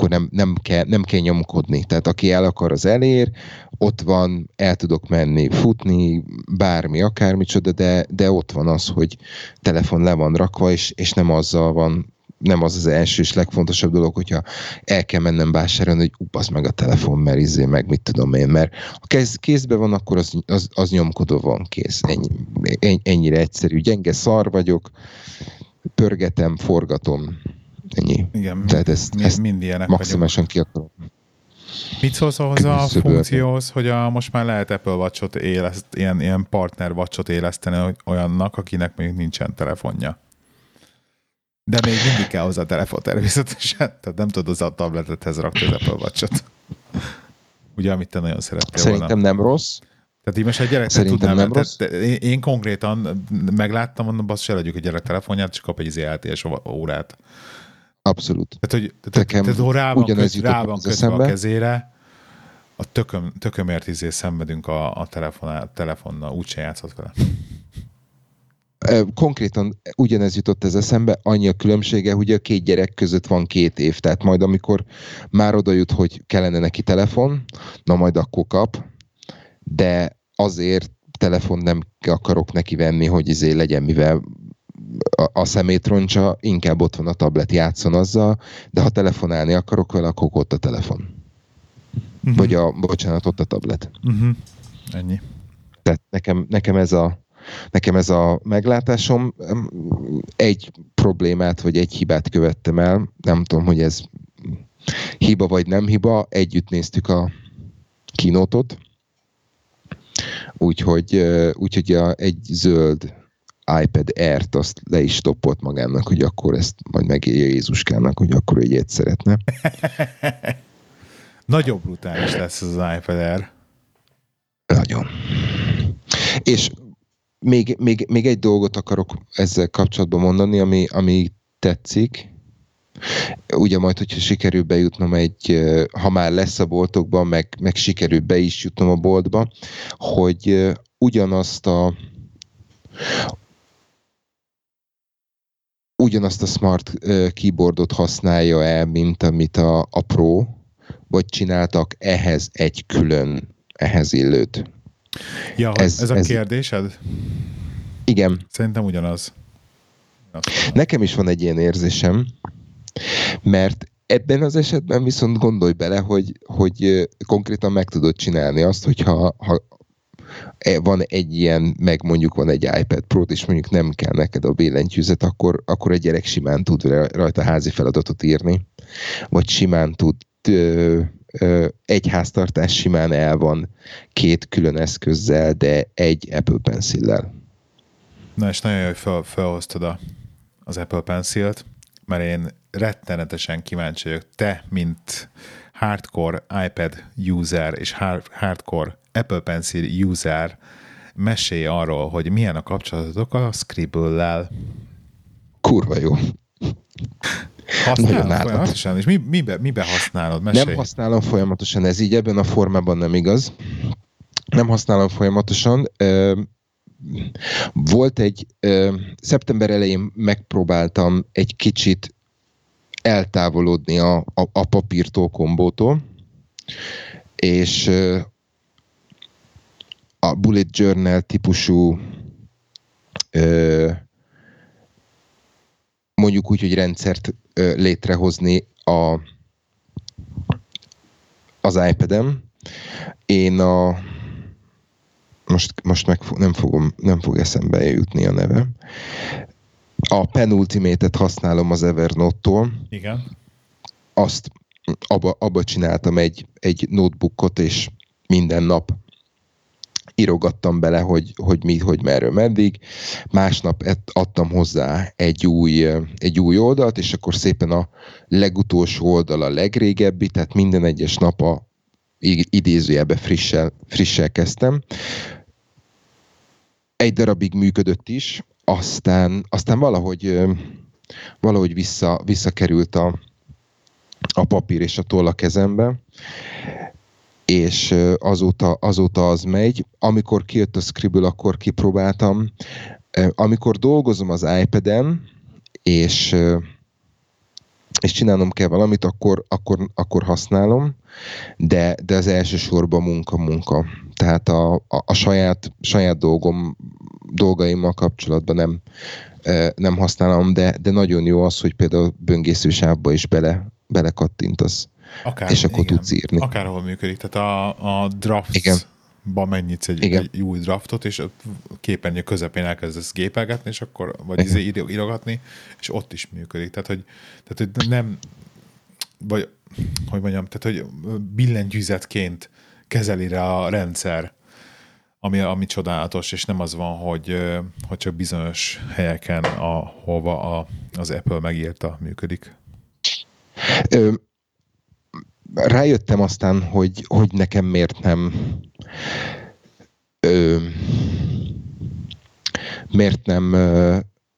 akkor nem, nem, kell, nem kell nyomkodni. Tehát aki el akar, az elér, ott van, el tudok menni, futni, bármi, akármicsoda, de, de ott van az, hogy telefon le van rakva, és, és nem azzal van, nem az az első és legfontosabb dolog, hogyha el kell mennem vásárolni, hogy upasz meg a telefon, mert izé, meg mit tudom én, mert ha kéz, kézben van, akkor az, az, az nyomkodó van, kész. Ennyi, ennyire egyszerű. Gyenge szar vagyok, pörgetem, forgatom, ennyi.
Igen,
tehát ezt,
mi,
ezt
mind ilyenek
maximálisan ki akarom.
Mit szólsz ahhoz a funkcióhoz, hogy a, most már lehet Apple Watch-ot éleszt, ilyen, ilyen partner Watch-ot éleszteni olyannak, akinek még nincsen telefonja? De még mindig kell hozzá a telefon természetesen, tehát nem tudod hozzá a tabletethez rakni az Apple Watch-ot. Ugye, amit te nagyon szerettél volna.
Szerintem nem rossz.
Tehát így most egy gyerek
Szerintem nem rossz.
Tehát, én, én konkrétan megláttam, mondom, basszus, eladjuk a gyerek telefonját, és kap egy zé el té es órát.
Abszolút.
Tehát, hogy tehát, tehát rá van, köt, rá van kötve a kezére, a tököm, tökömért izé szenvedünk a, a telefonnal, telefonnal, úgyse játszott vele.
Konkrétan ugyanez jutott ez eszembe, annyi a különbsége, hogy a két gyerek között van két év, tehát majd amikor már oda jut, hogy kellene neki telefon, na majd akkor kap, de azért telefon nem akarok neki venni, hogy izé legyen, mivel a, a szemét roncsa, inkább ott van a tablet, játszon azzal, de ha telefonálni akarok vele, akkor ott a telefon. Uh-huh. Vagy a, bocsánat, ott a tablet.
Uh-huh. Ennyi.
Tehát nekem, nekem ez a Nekem ez a meglátásom. Egy problémát, vagy egy hibát követtem el. Nem tudom, hogy ez hiba vagy nem hiba. Együtt néztük a kínótot. Úgyhogy, úgyhogy a, egy zöld iPad Air-t azt le is stoppolt magának, hogy akkor ezt majd megélje Jézuskának, hogy akkor egy ilyet szeretne.
Nagyon brutális lesz az iPad Air.
Nagyon. És Még, még, még egy dolgot akarok ezzel kapcsolatban mondani, ami, ami tetszik. Ugye majd, hogyha sikerül bejutnom egy, ha már lesz a boltokban, meg, meg sikerül be is jutnom a boltba, hogy ugyanazt a ugyanazt a smart keyboardot használja el, mint amit a, a Pro, vagy csináltak ehhez egy külön, ehhez illőt.
Ja, ez, ez a ez, kérdésed?
Igen.
Szerintem ugyanaz.
Nekem is van egy ilyen érzésem, mert ebben az esetben viszont gondolj bele, hogy, hogy konkrétan meg tudod csinálni azt, hogyha ha van egy ilyen, meg mondjuk van egy iPad Pro, és mondjuk nem kell neked a billentyűzet, akkor, akkor egy gyerek simán tud rajta házi feladatot írni, vagy simán tud ö, ö, egy háztartás simán el van két külön eszközzel, de egy Apple Pencil-lel.
Na és nagyon jó, hogy fel, felhoztad a, az Apple Pencil-t, mert én rettenetesen kíváncsi vagyok, te, mint hardcore iPad user és hardcore Apple Pencil user, mesélj arról, hogy milyen a kapcsolatotok a Scribble-lel.
Kurva jó.
Használod folyamatosan? És mi, mibe, mibe használod? Mesélj.
Nem használom folyamatosan, ez így ebben a formában nem igaz. Nem használom folyamatosan. Volt egy, szeptember elején megpróbáltam egy kicsit eltávolodni a, a, a papírtól, kombótól, és a bullet journal típusú mondjuk úgy, hogy rendszert létrehozni a, az iPad-em. Én a most, most meg nem, fogom, nem fog eszembe jutni a neve. A Penultimate-et használom az Evernote-tól.
Igen.
Azt abba, abba csináltam egy, egy notebookot, és minden nap írogattam bele, hogy, hogy mi, hogy merről, meddig. Másnap adtam hozzá egy új, egy új oldalt, és akkor szépen a legutolsó oldal a legrégebbi, tehát minden egyes nap a idézőjelbe frissel, frissel kezdtem. Egy darabig működött is, aztán, aztán valahogy, valahogy vissza, visszakerült a, a papír és a toll a kezembe, és azóta, azóta az megy. Amikor kijött a Scribble, akkor kipróbáltam. Amikor dolgozom az iPad-en, és és csinálnom kell valamit, akkor, akkor, akkor használom, de, de az elsősorban munka-munka. Tehát a, a, a saját, saját dolgom, dolgaimmal kapcsolatban nem, nem használom, de, de nagyon jó az, hogy például böngészősávba is bele, belekattintasz,
akár,
és akkor
igen,
tudsz írni.
Akárhol működik. Tehát a, a drafts-ba megnyitsz egy, egy új draftot, és a képernyő közepén elkezdesz gépelgetni, és akkor, vagy izé írogatni, és ott is működik. Tehát, hogy, tehát, hogy nem, vagy, hogy mondjam, tehát, hogy billentyűzetként kezeli rá a rendszer, ami, ami csodálatos, és nem az van, hogy, hogy csak bizonyos helyeken, ahova a, az Apple megírta, működik.
Ö, rájöttem aztán, hogy, hogy nekem miért nem ö, miért nem ö,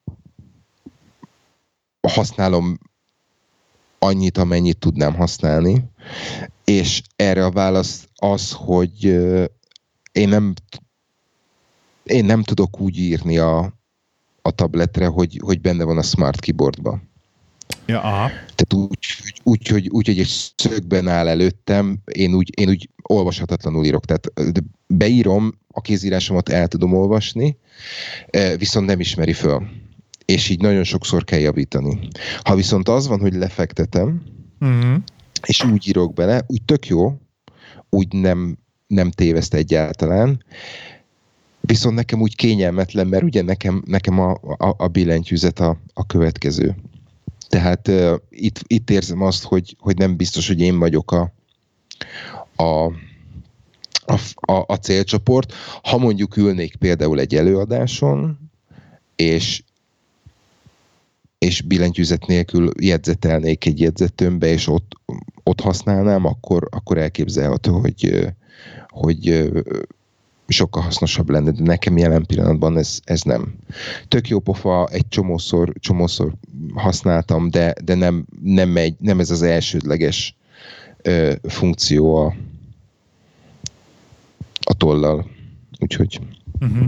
használom annyit, amennyit tudnám használni, és erre a válasz az, hogy ö, én nem én nem tudok úgy írni a, a tabletre, hogy, hogy benne van a Smart Keyboardba.
Ja, aha.
Tehát úgy, úgy, hogy, úgy, hogy egy szögben áll előttem, én úgy, én úgy olvashatatlanul írok. Tehát beírom, a kézírásomat el tudom olvasni, viszont nem ismeri föl. És így nagyon sokszor kell javítani. Ha viszont az van, hogy lefektetem, uh-huh. és úgy írok bele, úgy tök jó, úgy nem, nem téveszt egyáltalán, viszont nekem úgy kényelmetlen, mert ugye nekem, nekem a, a, a billentyűzet a, a következő. Tehát uh, itt, itt érzem azt, hogy, hogy nem biztos, hogy én vagyok a, a, a, a, a célcsoport. Ha mondjuk ülnék például egy előadáson, és, és billentyűzet nélkül jegyzetelnék egy jegyzetőmbe, és ott, ott használnám, akkor, akkor elképzelhető, hogy, hogy sokkal hasznosabb lenne, de nekem jelen pillanatban ez, ez nem. Tök jó pofa, egy csomószor, csomószor használtam, de, de nem, nem, megy, nem ez az elsődleges ö, funkció a, a tollal. Úgyhogy... Uh-huh.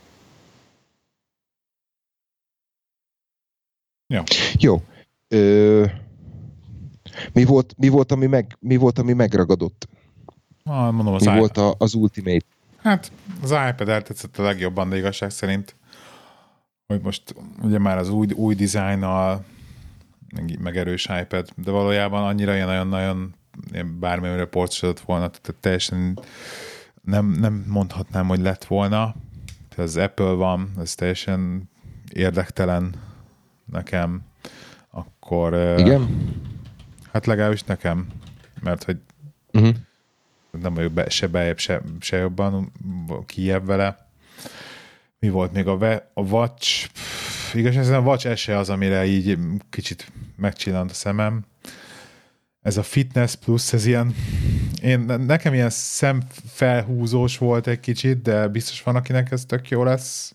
Ja.
Jó. Ö, mi, volt, mi, volt, ami meg, mi volt, ami megragadott?
Ah, mondom, az
mi
i-
volt a, az Ultimate?
Hát az iPad eltetszett a legjobban, de igazság szerint, hogy most ugye már az új, új dizájnnal, meg erős iPad, de valójában annyira ilyen nagyon-nagyon bármilyenre porcosodott volna, tehát teljesen nem, nem mondhatnám, hogy lett volna. Az Apple van, ez teljesen érdektelen nekem, akkor
igen?
Hát legalábbis nekem, mert hogy uh-huh. nem vagyok be, se bejebb, se, se jobban kijebb vele. Mi volt még a, ve, a Watch? Pff, igazán a Watch es az, amire így kicsit megcsillant a szemem. Ez a Fitness Plus, ez ilyen, én, nekem ilyen szemfelhúzós volt egy kicsit, de biztos van, akinek ez tök jó lesz.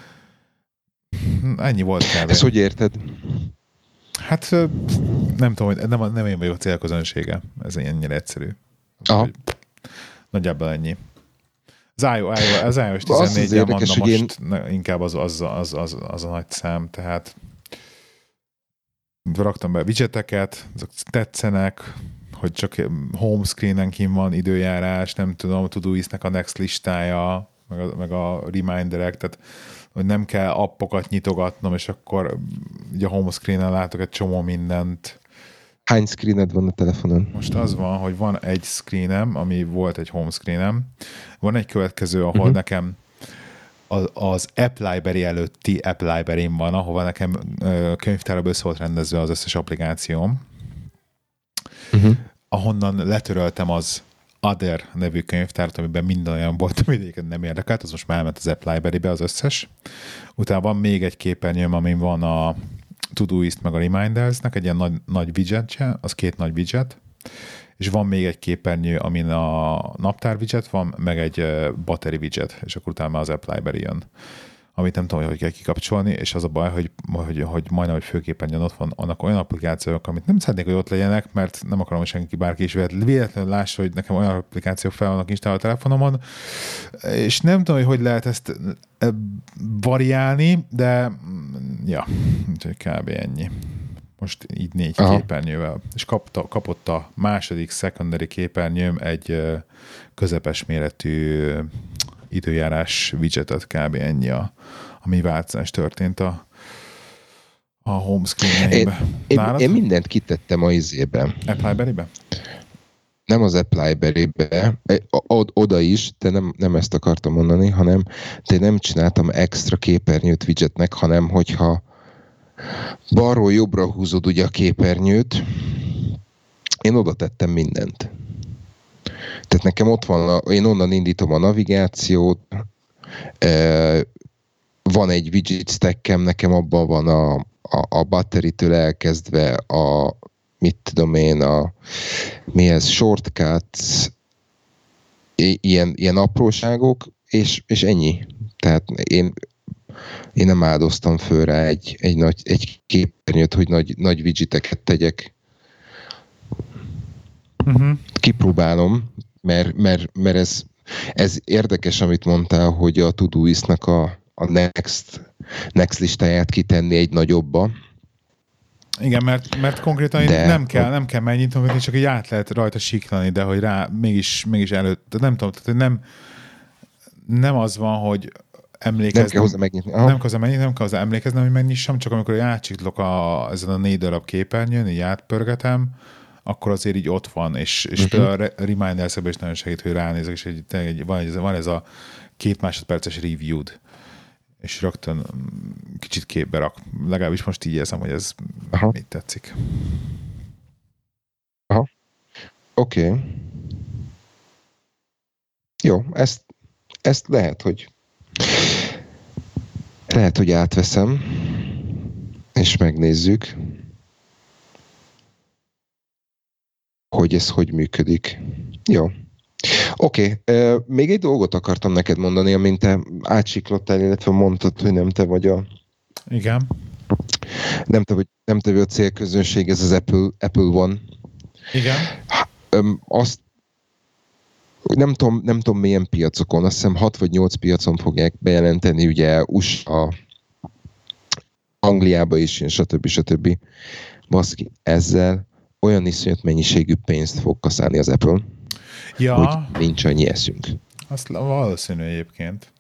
Ennyi volt kb.
Ezt hogy érted?
Hát nem tudom, hogy nem, nem én vagyok a célközönsége. Ez ennyire egyszerű.
Aha.
Nagyjából ennyi. Az iOS, az iOS tizennégy-jel mondom most én... inkább az, az, az, az, az a nagy szám, tehát raktam be widgeteket, azok tetszenek, hogy csak home screenen kint van időjárás, nem tudom, a Todoist-nek a next listája, meg a, meg a reminderek, tehát hogy nem kell appokat nyitogatnom, és akkor ugye a home screenen látok egy csomó mindent.
Hány screened van a telefonon?
Most az van, hogy van egy screenem, ami volt egy home screenem. Van egy következő, ahol uh-huh. nekem az, az App Library előtti App Library-m van, ahova nekem könyvtárba össze volt rendezve az összes applikációm. Uh-huh. Ahonnan letöröltem az Other nevű könyvtárat, amiben minden olyan volt, ami egyébként nem érdekelt, az most már elment az App Library-be az összes. Utána van még egy képernyőm, amin van a Todoist meg a Reminders-nek egy ilyen nagy, nagy widgetje, az két nagy widget, és van még egy képernyő, amin a naptár widget van, meg egy battery widget, és akkor utána már az App Library jön, amit nem tudom, hogy kell kikapcsolni, és az a baj, hogy, hogy, hogy majdnem, hogy főképernyőn ott van, annak olyan applikációk, amit nem szeretnék, hogy ott legyenek, mert nem akarom, hogy senki bárki is véletlenül lássa, hogy nekem olyan applikációk fel vannak installálva a telefonomon, és nem tudom, hogy hogy lehet ezt variálni, de ja, úgyhogy kb. Ennyi. most így négy
Aha.
képernyővel. És kapta, kapott a második secondary képernyőm egy közepes méretű időjárás widgetet, kb. Ennyi a, ami változás történt a, a home screen-eimbe.
Én, én, én mindent kitettem a izébe.
Apple Berry-be?
Nem az Apple Berry-be, oda is, de nem, nem ezt akartam mondani, hanem de nem csináltam extra képernyőt widgetnek, hanem hogyha balról jobbra húzod ugye a képernyőt, én oda tettem mindent. Tehát nekem ott van, a, én onnan indítom a navigációt, e, van egy widget stackem, nekem abban van a, a, a battery-től elkezdve a, mit tudom én, a mi ez, shortcuts, ilyen, ilyen apróságok, és, és ennyi. Tehát én Én nem áldoztam föl rá egy, egy, nagy, egy képernyőt, hogy nagy, nagy widgeteket tegyek. Uh-huh. Kipróbálom, mert, mert, mert ez, ez érdekes, amit mondtál, hogy a Todoist-nak a, a next, next listáját kitenni egy nagyobba.
Igen, mert, mert konkrétan de nem kell, nem kell megnyitni, csak így át lehet rajta siklani, de hogy rá mégis, mégis előtt, nem tudom, tehát nem, nem az van, hogy emlékeznem.
Nem kell hozzá megnyitni.
Aha. Nem kell hozzá megnyitni, nem kell hozzá emlékeznem, hogy megnyissam, csak amikor átcsiklok a, ezen a négy darab képernyőn, így átpörgetem, akkor azért így ott van, és, és uh-huh. például a Reminders-ben is nagyon segít, hogy ránézek, és egy, egy, van, egy, van ez a két másodperces review-d, és rögtön kicsit képbe rak. Legalábbis most így érzem, hogy ez Aha. mit tetszik.
Aha. Oké. Okay. Jó, ezt, ezt lehet, hogy lehet, hogy átveszem, és megnézzük, hogy ez hogy működik. Jó. Oké, okay. uh, még egy dolgot akartam neked mondani, amint te átsiklottál, illetve mondtad, hogy nem te vagy a...
Igen.
Nem te vagy, nem te vagy a célközönség, ez az Apple, Apple One.
Igen.
Um, azt nem tudom, nem tudom milyen piacokon, azt hiszem hat vagy nyolc piacon fogják bejelenteni, ugye u es á, Angliába is, stb. stb. Baszki, ezzel olyan iszonyat mennyiségű pénzt fog kaszálni az Apple,
ja.
hogy nincs annyi eszünk.
Azt valószínű egyébként.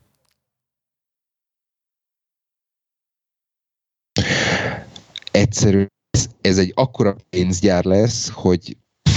Egyszerűen ez, ez egy akkora pénzgyár lesz, hogy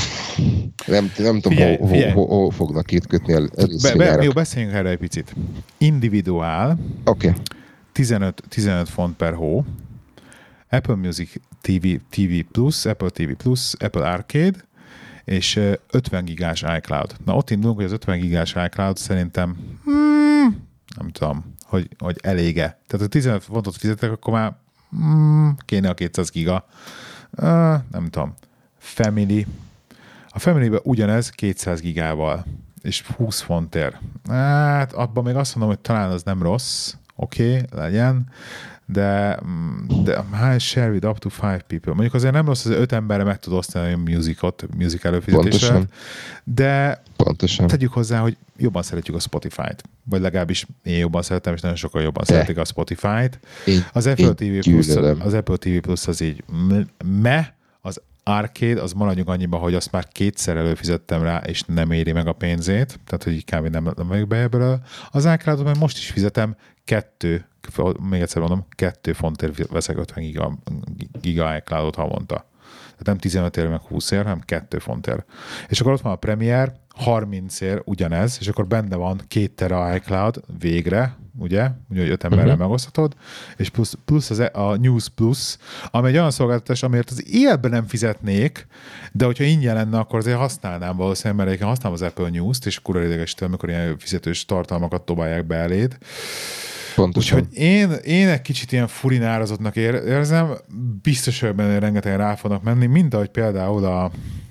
nem, nem tudom,
figyelj,
hol,
figyelj.
hol, hol fognak itt kötni a
be, be, Jó, beszéljünk erre egy picit. Individuál,
okay.
tizenöt, tizenöt font per hó, Apple Music té vé, té vé Plus, Apple té vé Plus, Apple Arcade, és ötven gigás iCloud. Na ott indulunk, hogy az ötven gigás iCloud szerintem hmm, nem tudom, hogy, hogy elége. Tehát ha tizenöt fontot fizetek, akkor már hmm, kéne a kétszáz giga. Uh, nem tudom. Family. A Family-ben ugyanez kétszáz gigával, és húsz fontért. Hát abban még azt mondom, hogy talán az nem rossz. Oké, okay, legyen. De, de high share with up to five people. Mondjuk azért nem rossz, az öt emberre meg tud osztani a musicot, music előfizetésre. De
Pontosan.
Tegyük hozzá, hogy jobban szeretjük a Spotify-t. Vagy legalábbis én jobban szeretem, és nagyon sokan jobban de. szeretik a Spotify-t.
Én,
az Apple té vé Plus, az Apple té vé Plus az így me, az Arcade, az maradjunk annyiban, hogy azt már kétszer előfizettem rá, és nem éri meg a pénzét, tehát hogy kb. nem, nem vagyok be ebből. Az iCloud-ot már most is fizetem, kettő, még egyszer mondom, kettő fontért veszek ötven giga, giga iCloud-ot havonta. Tehát nem tizenöt ér, meg húsz ér, hanem kettő fontért. És akkor ott van a Premiere, harminc ér ugyanez, és akkor benne van két tera iCloud végre, ugye, ugye, hogy öt emberrel uh-huh. megoszthatod, és plusz, plusz az, a News Plus, ami egy olyan szolgáltatás, amiért az életben nem fizetnék, de hogyha ingyen lenne, akkor azért használnám valószínűleg, mert én használom az Apple News-t, és kurva idegesítő, amikor ilyen fizetős tartalmakat dobálják be eléd.
Pontosan.
Úgyhogy én, én egy kicsit ilyen furinározottnak érzem, biztos, hogy benne rengetegen rá fognak menni, mint ahogy például a,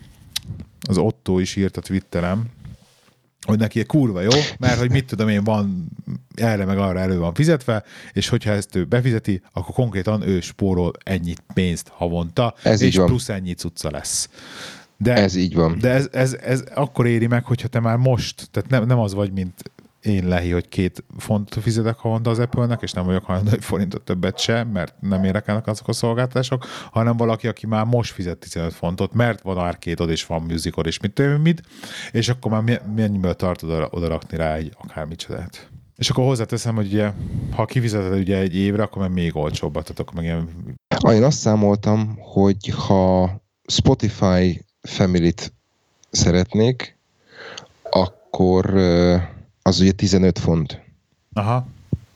az Otto is írt a Twitterem, hogy neki egy kurva jó, mert hogy mit tudom én, van erre meg arra elő van fizetve, és hogyha ezt ő befizeti, akkor konkrétan ő spórol ennyit pénzt havonta,
ez
és plusz ennyi cucca lesz. De,
ez így van.
De ez, ez, ez akkor éri meg, hogyha te már most, tehát nem, nem az vagy, mint én lehi, hogy két fontot fizetek havonta az Apple-nek, és nem vagyok hajlandó egy forintot többet sem, mert nem érdekelnek azok a szolgáltatások, hanem valaki, aki már most fizet tizenöt fontot, mert van arcade-od és van musicod és mit tudom mit, és akkor már mennyiből tartod oda, oda rakni rá egy akármicsodát. És akkor hozzáteszem, hogy ugye, ha kifizeted ugye egy évre, akkor már még olcsóbbat, tehát akkor meg ilyen...
Én azt számoltam, hogy ha Spotify Family-t szeretnék, akkor az ugye tizenöt font.
Aha.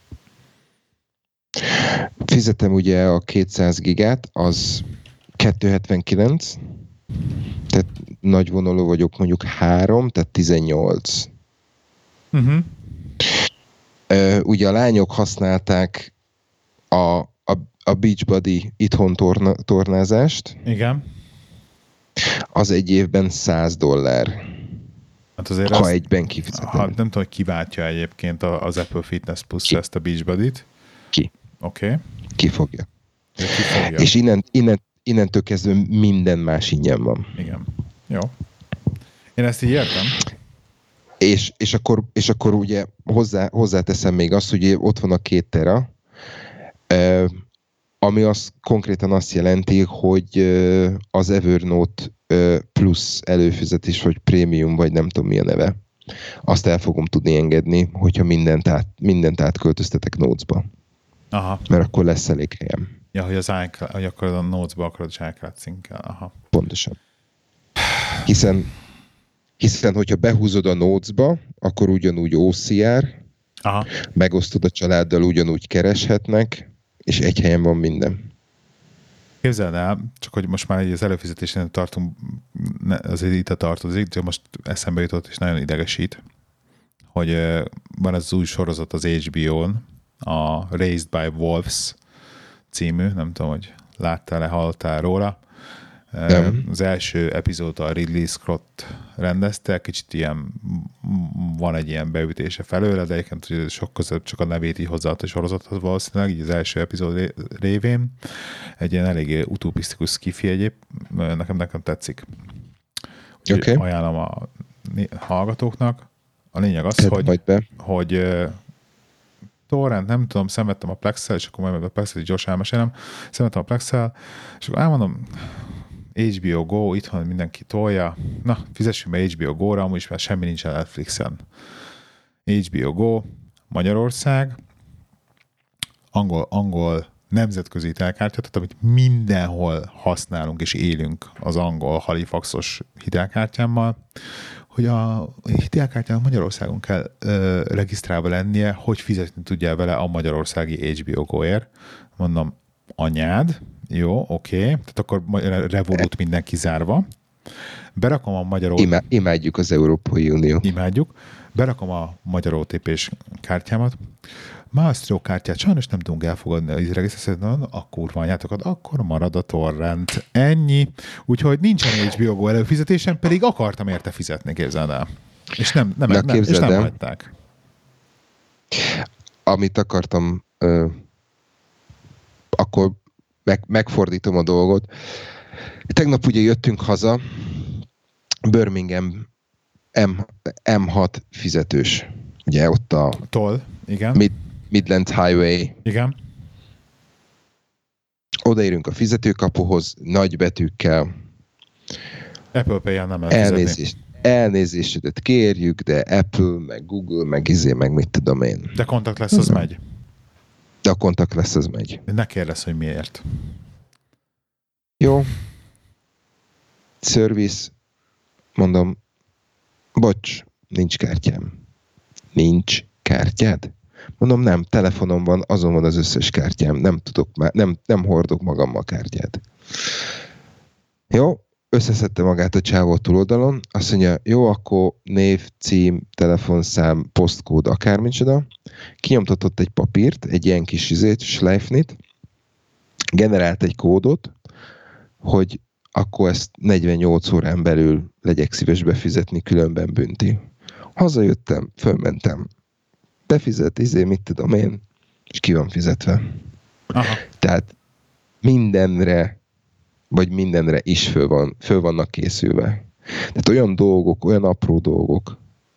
Fizetem ugye a kétszáz gigát, az kétszázhetvenkilenc, tehát nagy vonalú vagyok mondjuk három, tehát tizennyolc.
Uh-huh.
Uh, ugye a lányok használták a, a, a Beachbody itthon torna, tornázást.
Igen.
Az egy évben száz dollár.
Hát azért
ha
azt,
egyben kifizetem.
Ha, nem tudom, hogy kiváltja egyébként az Apple Fitness Plus ezt a Beachbody-t.
Ki.
Oké. Okay.
Ki fogja.
Ki fogja.
És innen, innen, innentől kezdve minden más ingyen van.
Igen. Jó. Én ezt így értem.
És, és, akkor, és akkor ugye hozzá, hozzáteszem még azt, hogy ott van a két tera, ami az konkrétan azt jelenti, hogy az Evernote Plus előfizetés, vagy Premium, vagy nem tudom mi a neve, azt el fogom tudni engedni, hogyha mindent, át, mindent átköltöztetek Notes-ba.
Aha.
Mert akkor lesz elég helyem.
Ja, hogy az iCloud, hogy akkor a Notes-ba akarod, és iCloud szinkel. Aha.
Pontosan. Hiszen, hiszen hogyha behúzod a Notes-ba, akkor ugyanúgy o cé er,
aha,
megosztod a családdal, ugyanúgy kereshetnek, és egy helyen van minden.
Képzeld el, csak hogy most már egy az előfizetésen tartunk, azért itt a tartozik, de most eszembe jutott, és nagyon idegesít, hogy van ez az új sorozat az há bé ó-n, a Raised by Wolves című, nem tudom, hogy láttál-e, hallottál róla. Nem. Az első epizód a Ridley Scott rendezte, kicsit ilyen, van egy ilyen beütése felőle, de egyébként sok között csak a nevét így hozzáadta a sorozathoz valószínűleg, így az első epizód révén. Egy ilyen eléggé utopisztikus skifi egyéb, nekem, nekem tetszik. Úgyhogy okay. Ajánlom a hallgatóknak. A lényeg az, Tedd hogy, hogy torrent, nem tudom, szemvettem a Plex-el, és akkor majd a Plex-el így gyorsan elmesélem, szemvettem a Plex-el, és akkor elmondom, há bé o Go, itthon mindenki tolja, na, fizessünk be há bé o Go-ra, amúgy is már semmi nincs a Netflixen. há bé o Go, Magyarország, angol, angol nemzetközi hitelkártya, tehát amit mindenhol használunk és élünk az angol Halifaxos hitelkártyámmal, hogy a hitelkártyának Magyarországon kell ö, regisztrálva lennie, hogy fizetni tudjál vele a magyarországi há bé o Go-ért. Mondom, anyád, jó, oké, okay. Tehát akkor Revolut minden kizárva. Berakom a magyar...
Imá, imádjuk az Európai Unió.
Imádjuk. Berakom a magyar o té pés kártyámat. Maestro kártyát sajnos nem tudunk elfogadni az regisztrációt, a kurva anyátokat, akkor marad a torrent. Ennyi. Úgyhogy nincsen há bé o Go előfizetésem, pedig akartam érte fizetni, képzeld el. És nem, nem, nem, nem, és nem hagyták.
Amit akartam, ö, akkor meg, megfordítom a dolgot. Tegnap ugye jöttünk haza, Birmingham em hat fizetős. Ugye ott a...
Toll, igen.
Mid, Midland Highway.
Igen.
Odaérünk a fizetőkapuhoz, nagy betűkkel.
Apple Pay-jel nem lehet
Elnézést, elnézésedet kérjük, de Apple, meg Google, meg izé, meg mit tudom én.
De kontakt lesz, az megy.
De a kontakt lesz, az megy.
Ne kérdezz, hogy miért.
Jó. Service. Mondom, bocs, nincs kártyám. Nincs kártyád? Mondom, nem, telefonom van, azon van az összes kártyám, nem tudok már, nem, nem hordok magammal kártyát. Jó, összeszedte magát a csávó túloldalon, azt mondja, jó, akkor név, cím, telefonszám, posztkód, akármicsoda. Kinyomtatott egy papírt, egy ilyen kis izét, schleifnit, generált egy kódot, hogy akkor ezt negyvennyolc órán belül legyek szíves befizetni, különben bünti. Hazajöttem, fölmentem, befizet, izé, mit tudom én, és ki van fizetve.
Aha.
Tehát mindenre, vagy mindenre is föl, van, föl vannak készülve. Tehát olyan dolgok, olyan apró dolgok,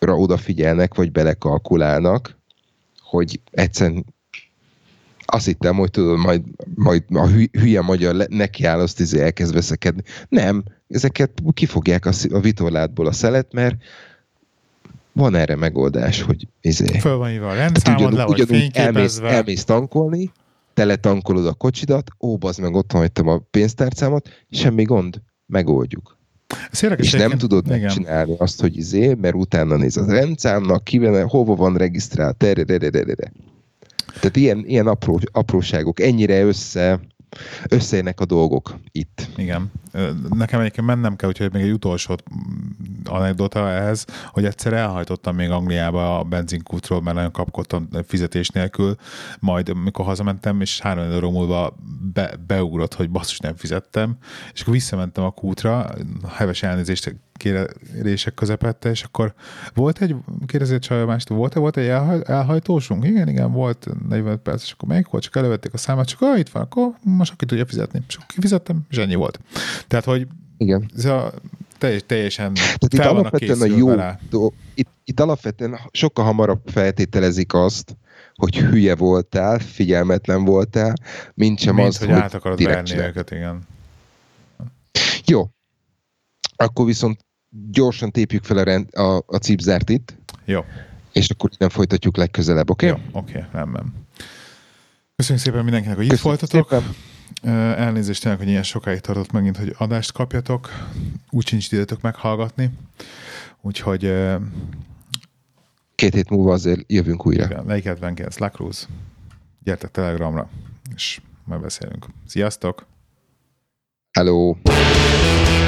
odafigyelnek, vagy belekalkulálnak, hogy egyszerűen azt hittem, hogy tudod, majd, majd a hülye magyar nekiáll, azt izé elkezd veszekedni. Nem, ezeket kifogják a, a vitorlátból a szelet, mert van erre megoldás, hogy izé.
Föl van hívva a rendszámod, le vagy fényképezve.
Elmész, elmész tankolni, teletankolod a kocsidat, ó, bazd meg, otthon hagytam a pénztárcámat, semmi gond, megoldjuk. És nem tudod igen. megcsinálni azt, hogy izé, mert utána néz az rendszámnak, kiven, hova van regisztrált, tererererere. Tehát ilyen, ilyen apró, apróságok, ennyire össze, összejönnek a dolgok itt.
Igen. Nekem egyébként mennem kell, úgyhogy még egy utolsó anekdota ehhez, hogy egyszer elhajtottam még Angliába a benzinkútról, mert nagyon kapkodtam fizetés nélkül, majd mikor hazamentem, és három euró múlva be, beugrott, hogy basszus, nem fizettem, és akkor visszamentem a kútra, heves elnézést kérések közepette, és akkor volt egy, kérdezi a csaj mástól, volt-e, volt egy elhaj, elhajtósunk? Igen, igen, volt negyvenöt perc, és akkor melyik volt? Csak elővették a számát, csak ah, itt van, akkor most aki tudja fizetni. És akkor kifizettem, és ennyi volt. Tehát, hogy
igen.
Ez a teljes, teljesen
Tehát fel vannak készülve jó, itt, itt alapvetően sokkal hamarabb feltételezik azt, hogy hülye voltál, figyelmetlen voltál, mint sem
mint,
az,
hogy át akarod verni őket, igen.
Jó. Akkor viszont gyorsan tépjük fel a, rend, a, a cipzárt itt.
Jó.
És akkor nem folytatjuk legközelebb, oké? Okay?
Jó, oké, okay, rendben. Köszönjük szépen mindenkinek, hogy itt voltatok. Szépen. Elnézést tényleg, hogy ilyen sokáig tartott megint, hogy adást kapjatok. Úgy sincs időtök meghallgatni. Úgyhogy...
Két hét múlva azért jövünk újra.
Igen, negyvenkilenc Lacruz. Gyertek Telegramra, és majd beszélünk. Sziasztok!
Hello!